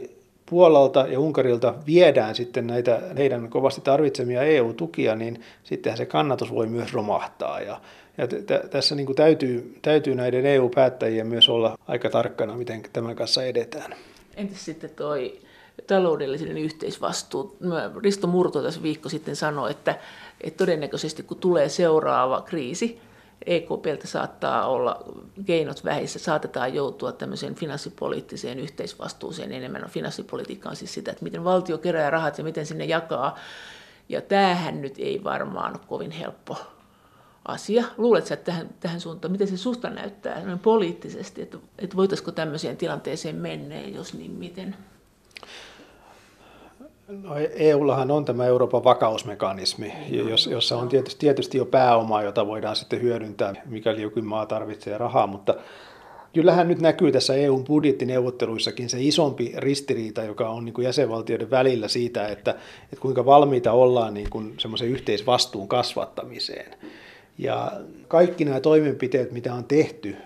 S2: Puolalta ja Unkarilta viedään sitten näitä heidän kovasti tarvitsemia E U-tukia, niin sittenhän se kannatus voi myös romahtaa. Ja, ja t- tässä niin kuin täytyy, täytyy näiden E U-päättäjien myös olla aika tarkkana, miten tämän kanssa edetään.
S3: Entäs sitten toi taloudellinen yhteisvastuu? Risto Murto tässä viikko sitten sanoi, että, että todennäköisesti kun tulee seuraava kriisi, E K P:ltä saattaa olla keinot vähissä, saatetaan joutua tämmöiseen finanssipoliittiseen yhteisvastuuseen enemmän. No, finanssipolitiikka on siis sitä, että miten valtio kerää rahat ja miten sinne jakaa. Ja tämähän nyt ei varmaan ole kovin helppo asia. Luuletko, että tähän, tähän suuntaan, miten se susta näyttää noin poliittisesti, että, että voitaisiko tämmöiseen tilanteeseen mennä, jos niin miten?
S2: No, E U:llahan on tämä Euroopan vakausmekanismi, jossa on tietysti, tietysti jo pääomaa, jota voidaan sitten hyödyntää, mikäli joku maa tarvitsee rahaa, mutta kyllähän nyt näkyy tässä E U:n budjettineuvotteluissakin se isompi ristiriita, joka on niin kuin jäsenvaltioiden välillä siitä, että, että kuinka valmiita ollaan niin kuin semmoisen yhteisvastuun kasvattamiseen. Ja kaikki nämä toimenpiteet, mitä on tehty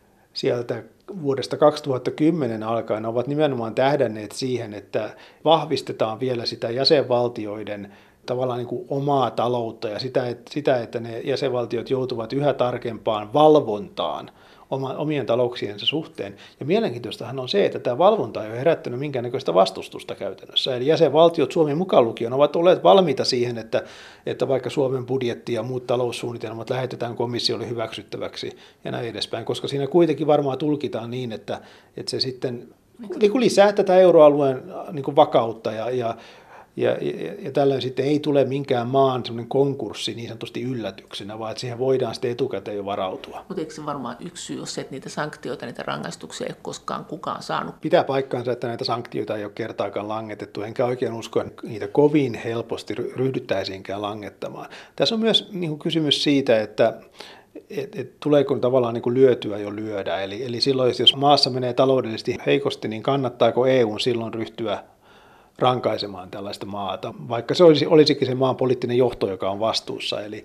S2: sieltä vuodesta kaksituhattakymmenen alkaen, ovat nimenomaan tähdänneet siihen, että vahvistetaan vielä sitä jäsenvaltioiden tavallaan niin kuin omaa taloutta ja sitä, että, sitä, että ne jäsenvaltiot joutuvat yhä tarkempaan valvontaan omien talouksiensa suhteen. Ja mielenkiintoistahan on se, että tämä valvonta ei ole herättänyt minkäännäköistä vastustusta käytännössä. Eli jäsenvaltiot, Suomen mukaan lukien, ovat olleet valmiita siihen, että, että vaikka Suomen budjetti ja muut taloussuunnitelmat lähetetään komissiolle hyväksyttäväksi ja näin edespäin, koska siinä kuitenkin varmaan tulkitaan niin, että, että se sitten niin kuin lisää tätä euroalueen niin kuin vakautta ja, ja Ja, ja, ja tällöin sitten ei tule minkään maan semmoinen konkurssi niin sanotusti yllätyksenä, vaan että siihen voidaan sitten etukäteen jo varautua.
S3: Mutta eikö se varmaan yksi syy ole se, että niitä sanktioita, niitä rangaistuksia ei ole koskaan kukaan saanut?
S2: Pitää paikkaansa, että näitä sanktioita ei ole kertaakaan langetettu, enkä oikein usko, että niitä kovin helposti ryhdyttäisiinkään langettamaan. Tässä on myös niin kuin kysymys siitä, että Et, et, tuleeko tavallaan niin kuin lyötyä jo lyödä. Eli, eli silloin, jos maassa menee taloudellisesti heikosti, niin kannattaako E U:n silloin ryhtyä rankaisemaan tällaista maata, vaikka se olisi, olisikin se maan poliittinen johto, joka on vastuussa. Eli,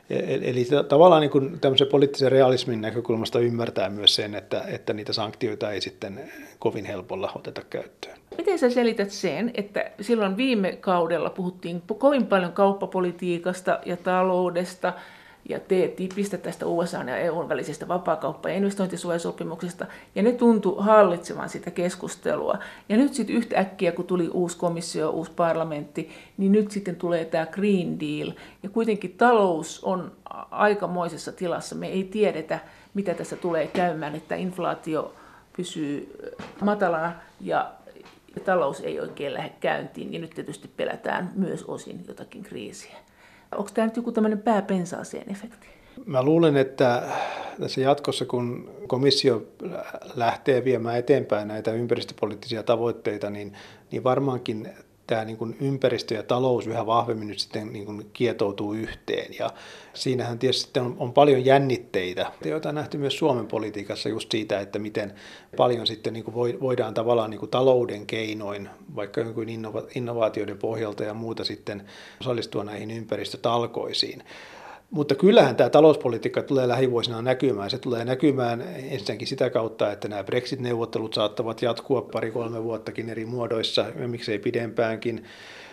S2: eli tavallaan niin kuin tämmöisen poliittisen realismin näkökulmasta ymmärtää myös sen, että, että niitä sanktioita ei sitten kovin helpolla oteta käyttöön.
S3: Miten sä selität sen, että silloin viime kaudella puhuttiin kovin paljon kauppapolitiikasta ja taloudesta, ja T T I P:stä, tästä U S A:n ja E U:n välisestä vapaakauppa- ja investointisuojasopimuksesta, ja ne tuntui hallitsevan sitä keskustelua. Ja nyt sitten yhtäkkiä, kun tuli uusi komissio, uusi parlamentti, niin nyt sitten tulee tämä Green Deal, ja kuitenkin talous on aikamoisessa tilassa. Me ei tiedetä, mitä tässä tulee käymään, että inflaatio pysyy matalana, ja talous ei oikein lähde käyntiin, ja nyt tietysti pelätään myös osin jotakin kriisiä. Onko tämä nyt joku tämmöinen pääpensaaseen efekti?
S2: Mä luulen, että tässä jatkossa, kun komissio lähtee viemään eteenpäin näitä ympäristöpoliittisia tavoitteita, niin, niin varmaankin tämä niin kuin ympäristö ja talous yhä vahvemmin nyt sitten niin kuin kietoutuu yhteen. Ja siinähän tietysti on, on paljon jännitteitä, joita on nähty myös Suomen politiikassa just siitä, että miten paljon sitten niin kuin voidaan tavallaan niin kuin talouden keinoin, vaikka jonkun innova, innovaatioiden pohjalta ja muuta sitten osallistua näihin ympäristötalkoisiin. Mutta kyllähän tämä talouspolitiikka tulee lähivuosina näkymään. Se tulee näkymään ensinnäkin sitä kautta, että nämä Brexit-neuvottelut saattavat jatkua pari-kolme vuottakin eri muodoissa, ja miksei pidempäänkin.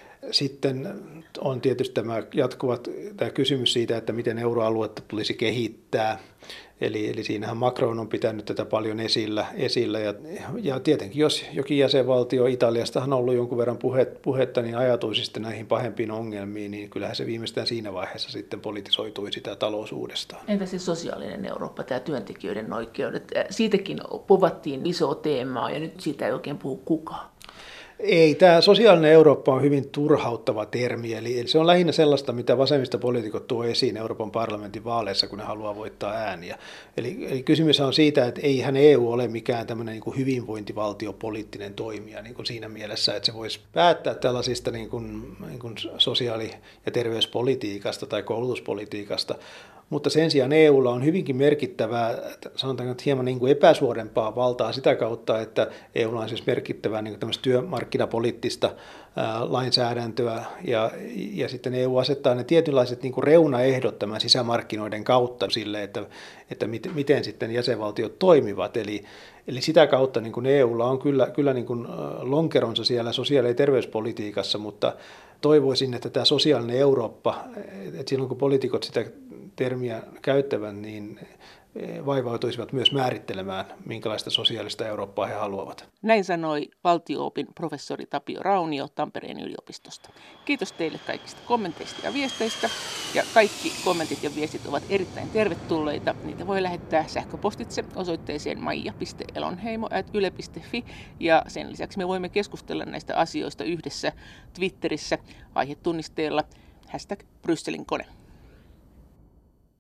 S2: Sitten on tietysti tämä jatkuvat tämä kysymys siitä, että miten euroaluetta tulisi kehittää. Eli, eli siinähän Macron on pitänyt tätä paljon esillä, esillä ja, ja tietenkin jos jokin jäsenvaltio, Italiastahan on ollut jonkun verran puhe, puhetta, niin ajatuisi sitten näihin pahempiin ongelmiin, niin kyllähän se viimeistään siinä vaiheessa sitten politisoitui sitä talous uudestaan.
S3: Entä se sosiaalinen Eurooppa, tämä työntekijöiden oikeudet? Siitäkin povattiin isoa teemaa ja nyt siitä ei oikein puhu kukaan.
S2: Ei, tämä sosiaalinen Eurooppa on hyvin turhauttava termi, eli se on lähinnä sellaista, mitä vasemmistopoliitikot tuo esiin Euroopan parlamentin vaaleissa, kun ne haluaa voittaa ääniä. Eli, eli kysymys on siitä, että eihän E U ole mikään tämmöinen niin kuin hyvinvointivaltiopoliittinen toimija niin kuin siinä mielessä, että se voisi päättää tällaisista niin kuin, niin kuin sosiaali- ja terveyspolitiikasta tai koulutuspolitiikasta. Mutta sen sijaan E U:lla on hyvinkin merkittävää, sanotaanko hieman niin kuin epäsuorempaa valtaa sitä kautta, että E U:lla on siis merkittävää niin kuin tämmöistä työmarkkinapoliittista ää, lainsäädäntöä ja, ja sitten E U asettaa ne tietynlaiset niin kuin reunaehdot tämän sisämarkkinoiden kautta sille, että, että mit, miten sitten jäsenvaltiot toimivat. Eli, Eli sitä kautta niin kuin E U:lla on kyllä, kyllä niin kuin lonkeronsa siellä sosiaali- ja terveyspolitiikassa, mutta toivoisin, että tämä sosiaalinen Eurooppa, että silloin kun poliitikot sitä termiä käyttävät, niin vaivautuisivat myös määrittelemään, minkälaista sosiaalista Eurooppaa he haluavat.
S1: Näin sanoi valtio-opin professori Tapio Raunio Tampereen yliopistosta. Kiitos teille kaikista kommenteista ja viesteistä. Ja kaikki kommentit ja viestit ovat erittäin tervetulleita. Niitä voi lähettää sähköpostitse osoitteeseen maija piste elonheimo ät yle piste fi. Ja sen lisäksi me voimme keskustella näistä asioista yhdessä Twitterissä aihetunnisteella hashtag Brysselin kone.